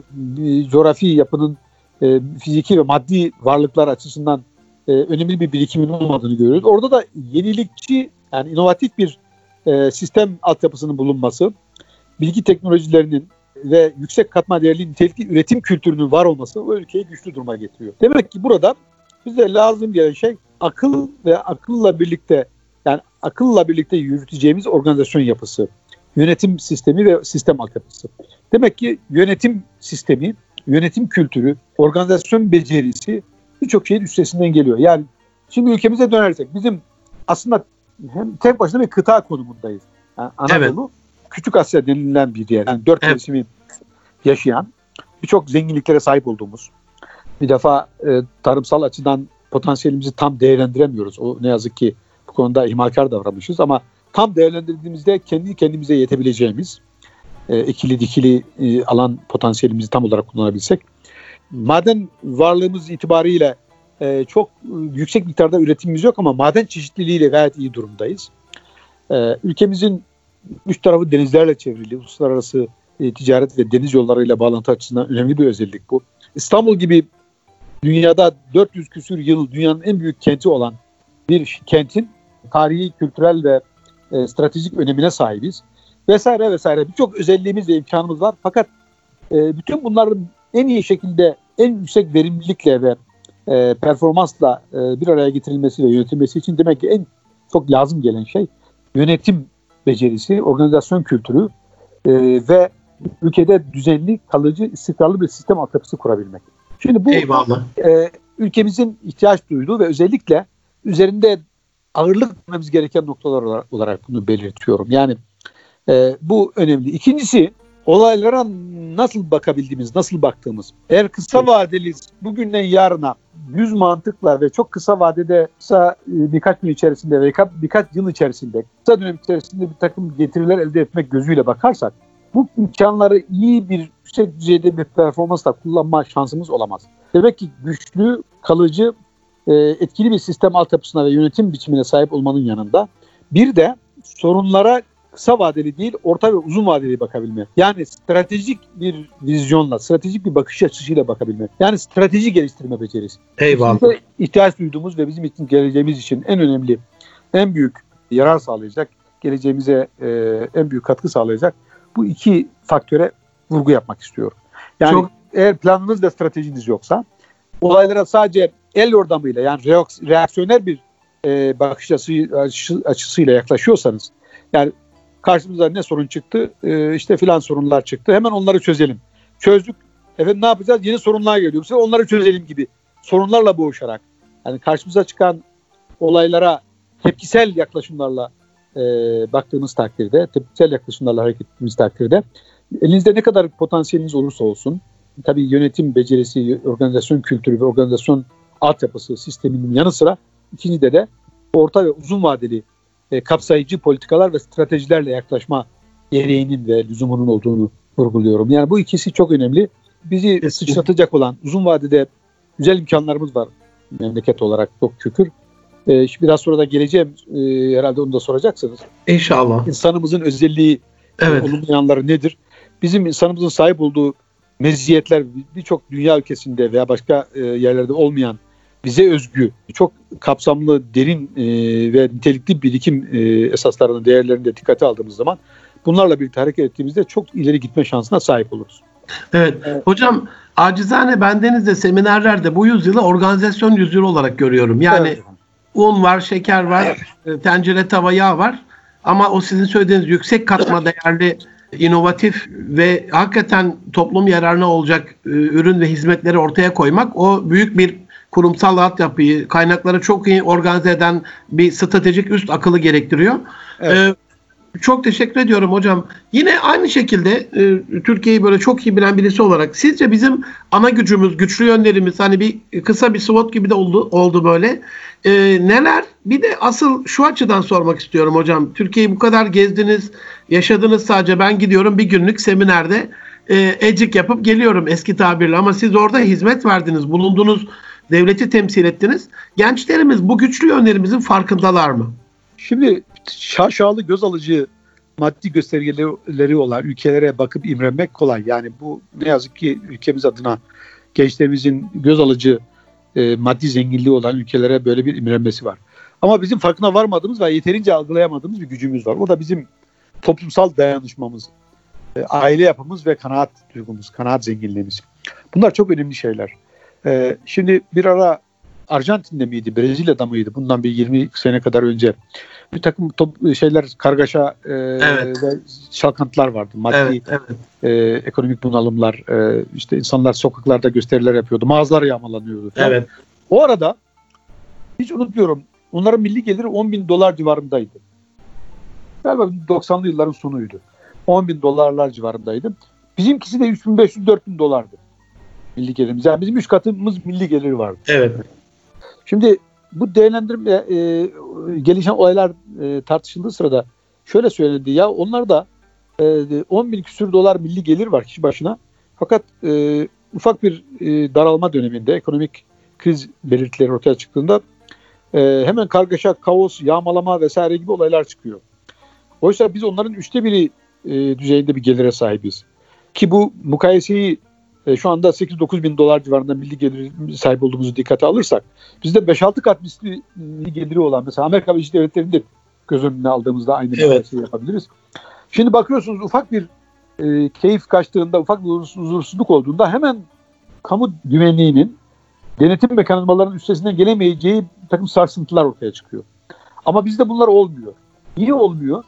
coğrafi yapının e, fiziki ve maddi varlıklar açısından e, önemli bir birikimin olmadığını görüyoruz. Orada da yenilikçi, yani inovatif bir e, sistem altyapısının bulunması, bilgi teknolojilerinin ve yüksek katma değerli nitelikli üretim kültürünün var olması o ülkeyi güçlü duruma getiriyor. Demek ki burada bize lazım gelen şey akıl ve akılla birlikte, yani akılla birlikte yürüteceğimiz organizasyon yapısı, yönetim sistemi ve sistem altyapısı. Demek ki yönetim sistemi, yönetim kültürü, organizasyon becerisi birçok şeyin üstesinden geliyor. Yani şimdi ülkemize dönersek bizim aslında hem tek başına bir kıta konumundayız. Yani Anadolu, evet. Küçük Asya denilen bir yer. Yani dört evet. mevsimi yaşayan, birçok zenginliklere sahip olduğumuz, bir defa e, tarımsal açıdan potansiyelimizi tam değerlendiremiyoruz. O ne yazık ki bu konuda ihmalkar davranmışız ama tam değerlendirdiğimizde kendi kendimize yetebileceğimiz e, ikili dikili e, alan potansiyelimizi tam olarak kullanabilsek, maden varlığımız itibariyle e, çok e, yüksek miktarda üretimimiz yok ama maden çeşitliliğiyle gayet iyi durumdayız. E, ülkemizin üç tarafı denizlerle çevrili, uluslararası e, ticaret ve deniz yollarıyla bağlantı açısından önemli bir özellik bu. İstanbul gibi dünyada dört yüz küsür yıl dünyanın en büyük kenti olan bir kentin tarihi, kültürel ve e, stratejik önemine sahibiz. Vesaire vesaire birçok özelliğimiz ve imkanımız var. Fakat e, bütün bunların en iyi şekilde, en yüksek verimlilikle ve e, performansla e, bir araya getirilmesi ve yönetilmesi için demek ki en çok lazım gelen şey yönetim becerisi, organizasyon kültürü e, ve ülkede düzenli, kalıcı, istikrarlı bir sistem altyapısı kurabilmek. Şimdi bu e, ülkemizin ihtiyaç duyduğu ve özellikle üzerinde ağırlık vermemiz gereken noktalar olarak, olarak bunu belirtiyorum. Yani e, bu önemli. İkincisi, olaylara nasıl bakabildiğimiz, nasıl baktığımız. Eğer kısa vadeli bugünden yarına yüz mantıkla ve çok kısa vadede kısa birkaç gün içerisinde ve birkaç yıl içerisinde kısa dönem içerisinde bir takım getiriler elde etmek gözüyle bakarsak bu imkanları iyi bir yüksek düzeyde bir performansla kullanma şansımız olamaz. Demek ki güçlü, kalıcı, etkili bir sistem altyapısına ve yönetim biçimine sahip olmanın yanında bir de sorunlara kısa vadeli değil, orta ve uzun vadeli bakabilme. Yani stratejik bir vizyonla, stratejik bir bakış açısıyla bakabilme. Yani strateji geliştirme becerisi. Eyvallah. Bizim ihtiyaç duyduğumuz ve bizim için geleceğimiz için en önemli, en büyük yarar sağlayacak, geleceğimize e, en büyük katkı sağlayacak bu iki faktöre vurgu yapmak istiyorum. Yani Çok... eğer planınız ve stratejiniz yoksa olaylara sadece el yordamıyla, yani reaksiyoner bir e, bakış açısı, açısıyla yaklaşıyorsanız, yani karşımıza ne sorun çıktı? Ee, işte filan sorunlar çıktı. Hemen onları çözelim. Çözdük. Efendim ne yapacağız? Yeni sorunlar geliyor. Bize onları çözelim gibi sorunlarla boğuşarak, yani karşımıza çıkan olaylara tepkisel yaklaşımlarla e, baktığımız takdirde, tepkisel yaklaşımlarla hareket ettiğimiz takdirde elinizde ne kadar potansiyeliniz olursa olsun, tabii yönetim becerisi, organizasyon kültürü ve organizasyon altyapısı sisteminin yanı sıra ikincide de orta ve uzun vadeli E, kapsayıcı politikalar ve stratejilerle yaklaşma gereğinin ve lüzumunun olduğunu vurguluyorum. Yani bu ikisi çok önemli. Bizi Kesinlikle. sıçratacak olan uzun vadede güzel imkanlarımız var memleket olarak, çok şükür. E, biraz sonra da geleceğim, e, herhalde onu da soracaksınız. İnşallah. İnsanımızın özelliği, evet. e, olumlu yanları nedir? Bizim insanımızın sahip olduğu meziyetler birçok dünya ülkesinde veya başka e, yerlerde olmayan, bize özgü, çok kapsamlı, derin e, ve nitelikli birikim e, esaslarının, değerlerini de dikkate aldığımız zaman bunlarla birlikte hareket ettiğimizde çok ileri gitme şansına sahip oluruz. Evet. evet. Hocam, acizane bendeniz de seminerlerde bu yüzyılı organizasyon yüzyılı olarak görüyorum. Yani evet. un var, şeker var, evet. tencere, tava, yağ var. Ama o sizin söylediğiniz yüksek katma değerli, inovatif ve hakikaten toplum yararına olacak e, ürün ve hizmetleri ortaya koymak, o büyük bir kurumsal altyapıyı, kaynakları çok iyi organize eden bir stratejik üst akıllı gerektiriyor. Evet. Ee, çok teşekkür ediyorum hocam. Yine aynı şekilde e, Türkiye'yi böyle çok iyi bilen birisi olarak sizce bizim ana gücümüz, güçlü yönlerimiz, hani bir kısa bir SWOT gibi de oldu, oldu böyle. Ee, neler? Bir de asıl şu açıdan sormak istiyorum hocam. Türkiye'yi bu kadar gezdiniz, yaşadınız sadece. Ben gidiyorum bir günlük seminerde. e, ecik yapıp geliyorum eski tabirle. Ama siz orada hizmet verdiniz, bulundunuz, devleti temsil ettiniz. Gençlerimiz bu güçlü yönlerimizin farkındalar mı? Şimdi şaşalı, göz alıcı maddi göstergeleri olan ülkelere bakıp imrenmek kolay. Yani bu ne yazık ki ülkemiz adına gençlerimizin göz alıcı e, maddi zenginliği olan ülkelere böyle bir imrenmesi var. Ama bizim farkına varmadığımız ve yeterince algılayamadığımız bir gücümüz var. O da bizim toplumsal dayanışmamız, e, aile yapımız ve kanaat duygumuz, kanaat zenginliğimiz. Bunlar çok önemli şeyler. E, şimdi bir ara Arjantin'de miydi, Brezilya'da mıydı? Bundan bir yirmi sene kadar önce bir takım top, şeyler, kargaşa e, evet. ve çalkantılar vardı. Maddi, evet, evet. E, ekonomik bunalımlar, e, işte insanlar sokaklarda gösteriler yapıyordu, mağazalar yağmalanıyordu falan. Evet. O arada hiç unutmuyorum, onların milli geliri on bin dolar civarındaydı. Galiba doksanlı yılların sonuydu. on bin dolarlar civarındaydı. Bizimkisi de üç bin beş yüz dört bin dolardı milli gelirimiz. Yani bizim üç katımız milli geliri vardı. Evet. Şimdi bu değerlendirme e, gelişen olaylar e, tartışıldığı sırada şöyle söylendi, ya onlar da e, on bin küsür dolar milli gelir var kişi başına. Fakat e, ufak bir e, daralma döneminde ekonomik kriz belirtileri ortaya çıktığında e, hemen kargaşa, kaos, yağmalama vesaire gibi olaylar çıkıyor. Oysa biz onların üçte biri e, düzeyinde bir gelire sahibiz. Ki bu mukayeseyi e, şu anda sekiz dokuz bin dolar civarında milli gelir sahibi olduğumuzu dikkate alırsak, bizde beş altı kat misli milli geliri olan mesela Amerika Birleşik Devletleri'ni de göz önüne aldığımızda aynı evet. şey yapabiliriz. Şimdi bakıyorsunuz ufak bir e, keyif kaçtığında, ufak bir huzursuzluk olduğunda hemen kamu güvenliğinin, denetim mekanizmalarının üstesinden gelemeyeceği bir takım sarsıntılar ortaya çıkıyor. Ama bizde bunlar olmuyor. Niye olmuyor?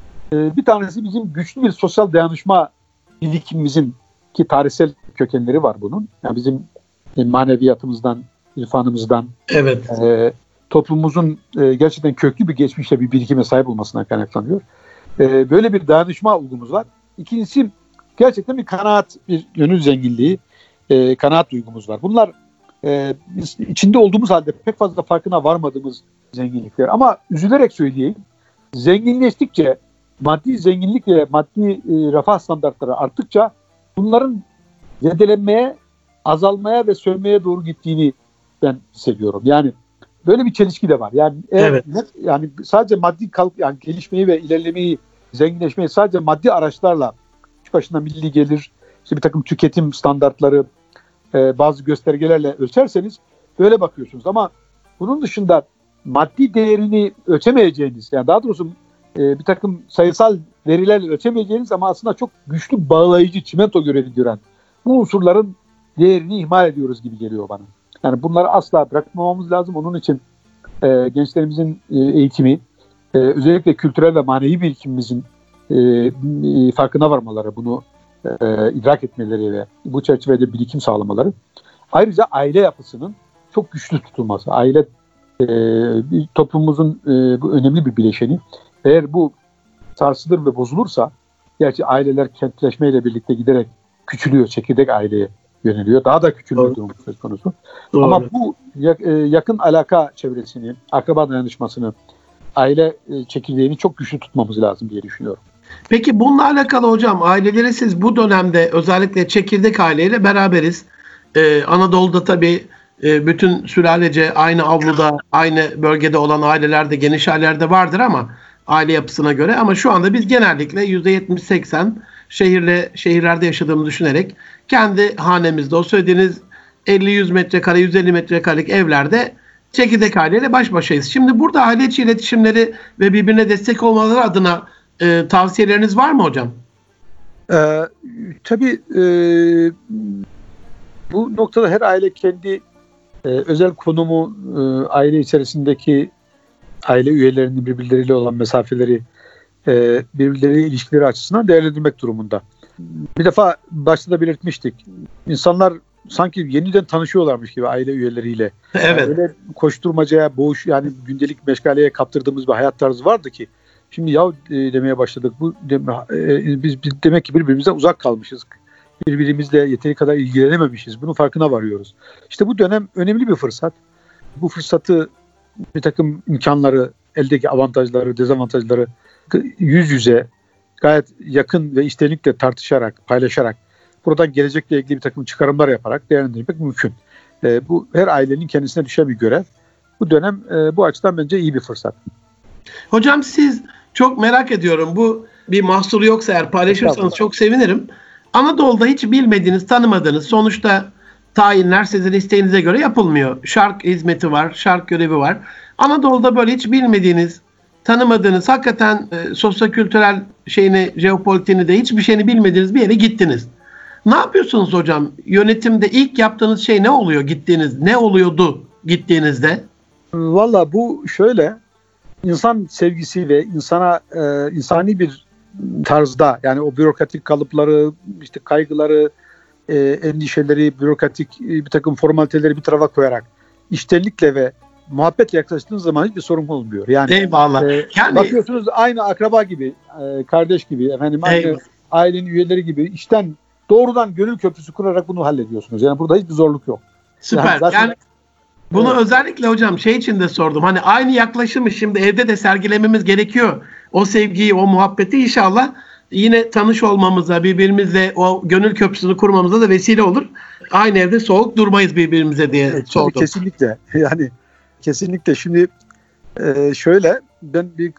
E, bir tanesi bizim güçlü bir sosyal dayanışma birikimimizin, ki tarihsel kökenleri var bunun. Yani bizim e, maneviyatımızdan, irfanımızdan, evet. e, toplumumuzun e, gerçekten köklü bir geçmişle bir birikime sahip olmasından kaynaklanıyor. E, böyle bir dayanışma olgumuz var. İkincisi gerçekten bir kanaat, bir gönül zenginliği, e, kanaat duygumuz var. Bunlar e, biz içinde olduğumuz halde pek fazla farkına varmadığımız zenginlikler. Ama üzülerek söyleyeyim, zenginleştikçe, maddi zenginlik ve maddi e, refah standartları arttıkça bunların zedelenmeye, azalmaya ve sönmeye doğru gittiğini ben hissediyorum. Yani böyle bir çelişki de var. Yani evet. net, yani sadece maddi kalk, yani gelişmeyi ve ilerlemeyi, zenginleşmeyi sadece maddi araçlarla, şu başına milli gelir, işte bir takım tüketim standartları, e, bazı göstergelerle ölçerseniz böyle bakıyorsunuz. Ama bunun dışında maddi değerini ölçemeyeceğiniz, yani daha doğrusu e, bir takım sayısal verilerle ölçemeyeceğiniz ama aslında çok güçlü bağlayıcı, çimento görevi gören bu unsurların değerini ihmal ediyoruz gibi geliyor bana. Yani bunları asla bırakmamamız lazım. Onun için e, gençlerimizin e, eğitimi, e, özellikle kültürel ve manevi birikimimizin e, e, farkına varmaları, bunu e, idrak etmeleri ve bu çerçevede birikim sağlamaları. Ayrıca aile yapısının çok güçlü tutulması. Aile e, toplumumuzun e, bu önemli bir bileşeni. Eğer bu sarsılır ve bozulursa, gerçi aileler kentleşmeyle birlikte giderek küçülüyor, çekirdek aileye yöneliyor. Daha da küçülme durumu söz konusu. Doğru. Ama bu yakın alaka çevresini, akraba dayanışmasını, aile çekirdeğini çok güçlü tutmamız lazım diye düşünüyorum. Peki bununla alakalı hocam, aileleri siz bu dönemde özellikle çekirdek aileyle beraberiz. Ee, Anadolu'da tabii e, bütün sülalece aynı avluda, aynı bölgede olan aileler de geniş ailelerde vardır ama aile yapısına göre, ama şu anda biz genellikle yüzde yetmiş seksen şehirle şehirlerde yaşadığımı düşünerek kendi hanemizde o söylediğiniz elli yüz metrekare, yüz elli metrekarelik evlerde çekirdek aileyle baş başayız. Şimdi burada aile içi iletişimleri ve birbirine destek olmaları adına e, tavsiyeleriniz var mı hocam? Ee, tabii e, bu noktada her aile kendi e, özel konumu, e, aile içerisindeki aile üyelerinin birbirleriyle olan mesafeleri, e, birbirleriyle ilişkileri açısından değerlendirmek durumunda. Bir defa başta da belirtmiştik. İnsanlar sanki yeniden tanışıyorlarmış gibi aile üyeleriyle. Evet. Yani öyle koşturmacaya, boğuş, yani gündelik meşgaleye kaptırdığımız bir hayat tarzı vardı ki şimdi ya e, demeye başladık. Bu deme, e, biz, biz demek ki birbirimizden uzak kalmışız. Birbirimizle yeteri kadar ilgilenememişiz. Bunun farkına varıyoruz. İşte bu dönem önemli bir fırsat. Bu fırsatı, bir takım imkanları, eldeki avantajları, dezavantajları yüz yüze gayet yakın ve içtenlikle tartışarak, paylaşarak buradan gelecekle ilgili bir takım çıkarımlar yaparak değerlendirmek mümkün. E, bu her ailenin kendisine düşen bir görev. Bu dönem e, bu açıdan bence iyi bir fırsat. Hocam siz çok merak ediyorum. Bu bir mahsuru yoksa eğer paylaşırsanız çok sevinirim. Anadolu'da hiç bilmediğiniz, tanımadığınız, sonuçta tayinler sizin isteğinize göre yapılmıyor. Şark hizmeti var, şark görevi var. Anadolu'da böyle hiç bilmediğiniz, tanımadığınız, hakikaten e, sosyokültürel şeyini, jeopolitiğini de hiçbir şeyini bilmediğiniz bir yere gittiniz. Ne yapıyorsunuz hocam? Yönetimde ilk yaptığınız şey ne oluyor gittiğiniz? Ne oluyordu gittiğinizde? Valla bu şöyle, insan sevgisi ve insana e, insani bir tarzda, yani o bürokratik kalıpları, işte kaygıları, e, endişeleri, bürokratik e, bir takım formaliteleri bir tarafa koyarak içtenlikle ve muhabbetle yaklaştığınız zaman hiçbir sorun olmuyor. Yani Eyvallah. E, Yani bakıyorsunuz aynı akraba gibi, e, kardeş gibi, efendim aynı Eyvallah. ailenin üyeleri gibi içten doğrudan gönül köprüsü kurarak bunu hallediyorsunuz. Yani burada hiçbir zorluk yok. süper. Yani zaten- Yani bunu Evet. özellikle hocam şey için de sordum. Hani aynı yaklaşımı şimdi evde de sergilememiz gerekiyor. O sevgiyi, o muhabbeti inşallah yine tanış olmamıza, birbirimizle o gönül köprüsünü kurmamıza da vesile olur. Aynı evde soğuk durmayız birbirimize diye Evet, sordum. kesinlikle. Yani kesinlikle. Şimdi e, şöyle, ben bir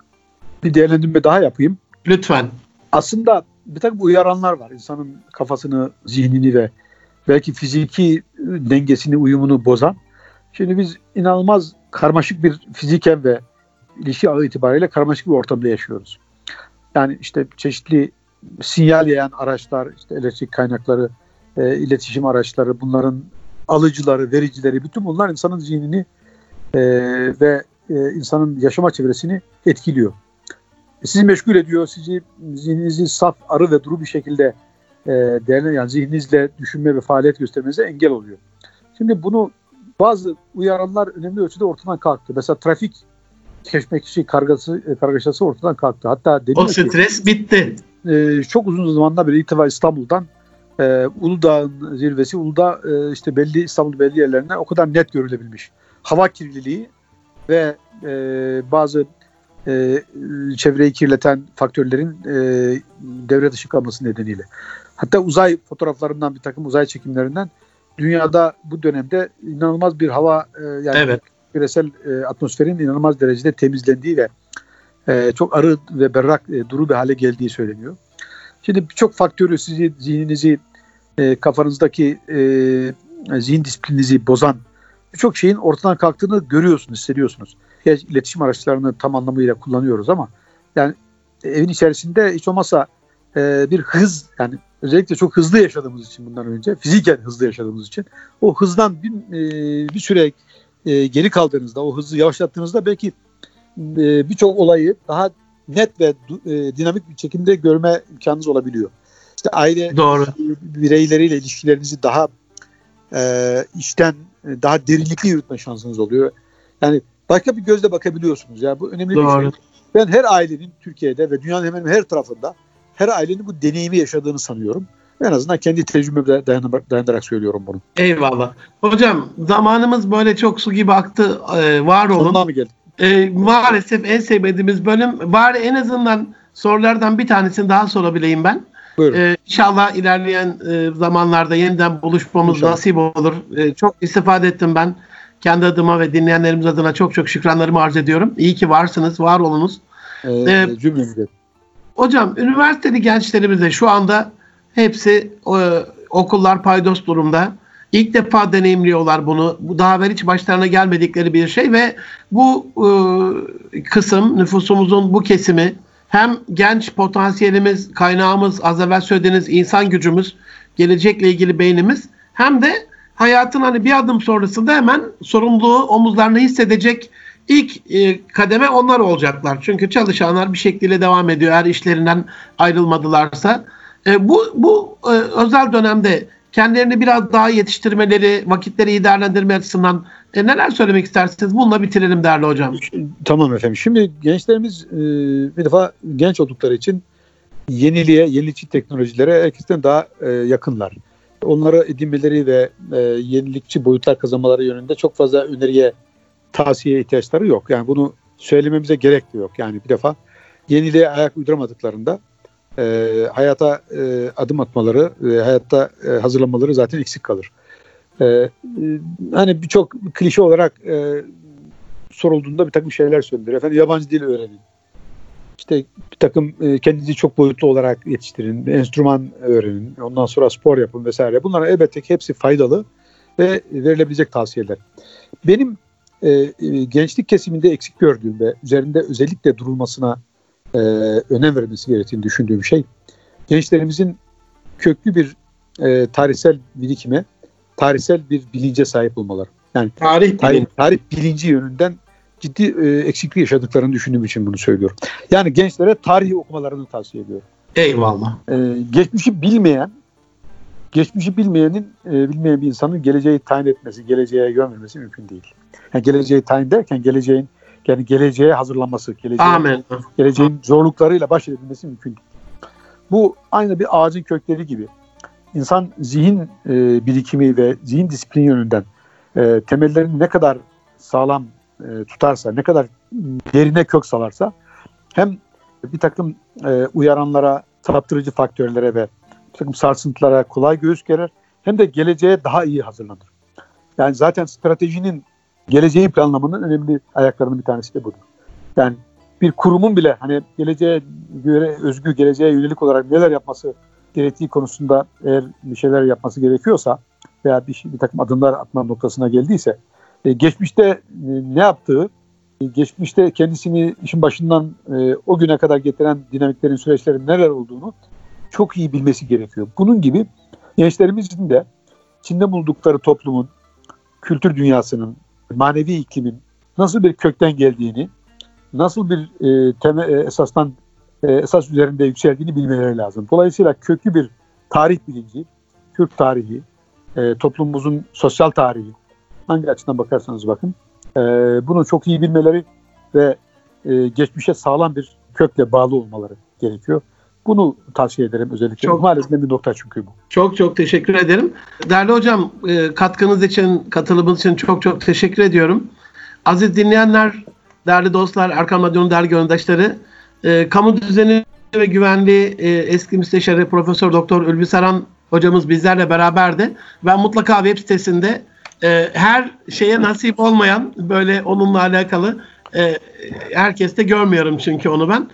bir değerlendirme daha yapayım. Lütfen. Aslında bir takım uyaranlar var. İnsanın kafasını, zihnini ve belki fiziki dengesini, uyumunu bozan. Şimdi biz inanılmaz karmaşık bir fiziken ve ilişki ağı itibariyle karmaşık bir ortamda yaşıyoruz. Yani işte çeşitli sinyal yayan araçlar, işte elektrik kaynakları, e, iletişim araçları, bunların alıcıları, vericileri, bütün bunlar insanın zihnini e, ve e, insanın yaşama çevresini etkiliyor. Sizi meşgul ediyor, sizi zihninizi saf, arı ve duru bir şekilde e, değerli, yani zihninizle düşünme ve faaliyet göstermenize engel oluyor. Şimdi bunu bazı uyaranlar önemli ölçüde ortadan kalktı. Mesela trafik keşmekeşi kargası, kargaşası ortadan kalktı. Hatta O deniyor ki stres bitti. e, çok uzun zamandan beri ilk defa İstanbul'dan e, Uludağ'ın zirvesi, Uludağ e, işte belli İstanbul belli yerlerinden o kadar net görülebilmiş. Hava kirliliği ve e, bazı e, çevreyi kirleten faktörlerin e, devre dışı kalması nedeniyle. Hatta uzay fotoğraflarından, bir takım uzay çekimlerinden dünyada bu dönemde inanılmaz bir hava e, yani Evet. küresel e, atmosferin inanılmaz derecede temizlendiği ve e, çok arı ve berrak, e, duru bir hale geldiği söyleniyor. Şimdi birçok faktörü, sizi, zihninizi, e, kafanızdaki e, zihin disiplininizi bozan birçok şeyin ortadan kalktığını görüyorsunuz, hissediyorsunuz. Yani iletişim araçlarını tam anlamıyla kullanıyoruz ama yani evin içerisinde hiç olmazsa e, bir hız, yani özellikle çok hızlı yaşadığımız için bundan önce, fiziken hızlı yaşadığımız için o hızdan bir, e, bir süre e, geri kaldığınızda, o hızı yavaşlattığınızda belki e, birçok olayı daha net ve e, dinamik bir şekilde görme imkanınız olabiliyor. İşte aile Doğru. bireyleriyle ilişkilerinizi daha e, içten, daha derinlikli yürütme şansınız oluyor. Yani başka bir gözle bakabiliyorsunuz. Yani bu önemli Doğru. bir şey. Ben her ailenin Türkiye'de ve dünyanın hemen her tarafında her ailenin bu deneyimi yaşadığını sanıyorum. En azından kendi tecrübeme dayanarak, dayanarak söylüyorum bunu. Eyvallah. Hocam zamanımız böyle çok su gibi aktı. Ee, var olun. Sonuna mı geldik? Ee, maalesef en sevmediğimiz bölüm. Bari en azından sorulardan bir tanesini daha sorabileyim ben. Buyurun. Ee, İnşallah ilerleyen e, zamanlarda yeniden buluşmamız İnşallah. nasip olur. Ee, çok istifade ettim ben. Kendi adıma ve dinleyenlerimiz adına çok çok şükranlarımı arz ediyorum. İyi ki varsınız, var olunuz. Ee, Ee, cümlemize. Hocam üniversiteli gençlerimize şu anda hepsi e, okullar paydos durumda. İlk defa deneyimliyorlar bunu. Bu daha evvel hiç başlarına gelmedikleri bir şey ve bu e, kısım, nüfusumuzun bu kesimi hem genç potansiyelimiz, kaynağımız, az evvel söylediğiniz insan gücümüz, gelecekle ilgili beynimiz, hem de hayatın hani bir adım sonrasında hemen sorumluluğu omuzlarına hissedecek ilk e, kademe onlar olacaklar. Çünkü çalışanlar bir şekilde devam ediyor eğer işlerinden ayrılmadılarsa. E, bu bu e, özel dönemde kendilerini biraz daha yetiştirmeleri, vakitleri iyi değerlendirme açısından e, neler söylemek istersiniz? Bununla bitirelim değerli hocam. Tamam efendim. Şimdi gençlerimiz e, bir defa genç oldukları için yeniliğe, yenilikçi teknolojilere herkesten daha e, yakınlar. Onları edinmeleri ve e, yenilikçi boyutlar kazanmaları yönünde çok fazla öneriye, tavsiyeye ihtiyaçları yok. Yani bunu söylememize gerek de yok. Yani bir defa yeniliğe ayak uyduramadıklarında e, hayata e, adım atmaları, e, hayatta e, hazırlanmaları zaten eksik kalır. E, e, hani birçok klişe olarak e, sorulduğunda bir takım şeyler söylenir. Efendim yabancı dil öğrenin. İşte bir takım e, kendinizi çok boyutlu olarak yetiştirin, enstrüman öğrenin, ondan sonra spor yapın vesaire. Bunlar elbette ki hepsi faydalı ve verilebilecek tavsiyeler. Benim e, e, gençlik kesiminde eksik gördüğüm ve üzerinde özellikle durulmasına e, önem verilmesi gerektiğini düşündüğüm şey, gençlerimizin köklü bir e, tarihsel birikime, tarihsel bir bilince sahip olmaları. Yani Tarih tarih, bilinci. tarih bilinci yönünden ciddi e, eksiklik yaşadıklarını düşündüğüm için bunu söylüyorum. Yani gençlere tarihi okumalarını tavsiye ediyorum. Eyvallah. E, geçmişi bilmeyen, geçmişi bilmeyenin, e, bilmeyen bir insanın geleceği tayin etmesi, geleceğe yön vermesi mümkün değil. Yani geleceği tayin derken geleceğin, yani geleceğe hazırlanması, geleceğin, Amin. geleceğin zorluklarıyla baş edilmesi mümkün değil. Bu aynı bir ağacın kökleri gibi. İnsan zihin e, birikimi ve zihin disiplini yönünden e, temellerini ne kadar sağlam e, tutarsa, ne kadar derine kök salarsa hem bir takım e, uyaranlara, saptırıcı faktörlere ve bir takım sarsıntılara kolay göğüs gerer, hem de geleceğe daha iyi hazırlanır. Yani zaten stratejinin, geleceği planlamanın önemli ayaklarının bir tanesi de budur. Yani bir kurumun bile hani geleceğe göre özgü, geleceğe yönelik olarak neler yapması gerektiği konusunda eğer bir şeyler yapması gerekiyorsa veya bir, bir takım adımlar atma noktasına geldiyse, e, geçmişte e, ne yaptığı, e, geçmişte kendisini işin başından e, o güne kadar getiren dinamiklerin, süreçlerin neler olduğunu çok iyi bilmesi gerekiyor. Bunun gibi gençlerimizin de içinde bulundukları toplumun, kültür dünyasının, manevi iklimin nasıl bir kökten geldiğini, nasıl bir e, temel, e, esasdan e, esas üzerinde yükseldiğini bilmeleri lazım. Dolayısıyla köklü bir tarih bilinci, Türk tarihi, e, toplumumuzun sosyal tarihi, hangi açıdan bakarsanız bakın, e, bunu çok iyi bilmeleri ve e, geçmişe sağlam bir kökle bağlı olmaları gerekiyor. Bunu tavsiye ederim özellikle. Çok, İhmal edilen bir nokta çünkü bu. Çok çok teşekkür ederim. Değerli hocam, e, katkınız için, katılımınız için çok çok teşekkür ediyorum. Aziz dinleyenler, değerli dostlar, Erkam Radyo'nun değerli gönüldaşları, e, kamu düzeni ve güvenliği e, eski müsteşarı Profesör Doktor Ülvi Saran hocamız bizlerle beraberdi. Ben mutlaka web sitesinde e, her şeye nasip olmayan, böyle onunla alakalı e, herkeste görmüyorum çünkü onu ben.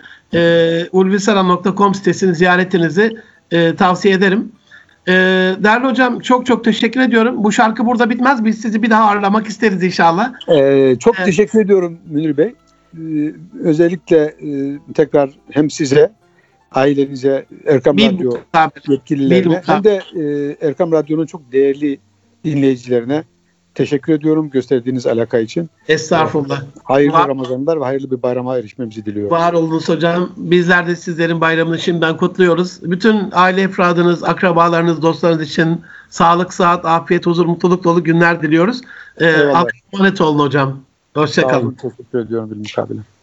E, ulvisaran nokta com sitesini ziyaretinizi e, tavsiye ederim. E, değerli hocam, çok çok teşekkür ediyorum. Bu şarkı burada bitmez. Biz sizi bir daha ağırlamak isteriz inşallah. Ee, çok Evet. teşekkür ediyorum Münir Bey. Ee, özellikle e, tekrar hem size, ailenize, Erkam Bir Radyo mukabil. yetkililerine Bir hem de e, Erkam Radyo'nun çok değerli dinleyicilerine teşekkür ediyorum gösterdiğiniz alaka için. Estağfurullah. Hayırlı Var, Ramazanlar ve hayırlı bir bayrama erişmemizi diliyorum. var olunuz hocam. Bizler de sizlerin bayramını şimdiden kutluyoruz. Bütün aile efradınız, akrabalarınız, dostlarınız için sağlık, sıhhat, afiyet, huzur, mutluluk dolu günler diliyoruz. Ee, Allah'a emanet olun hocam. Hoşça Sağ kalın. olun, teşekkür ediyorum bir mukabele.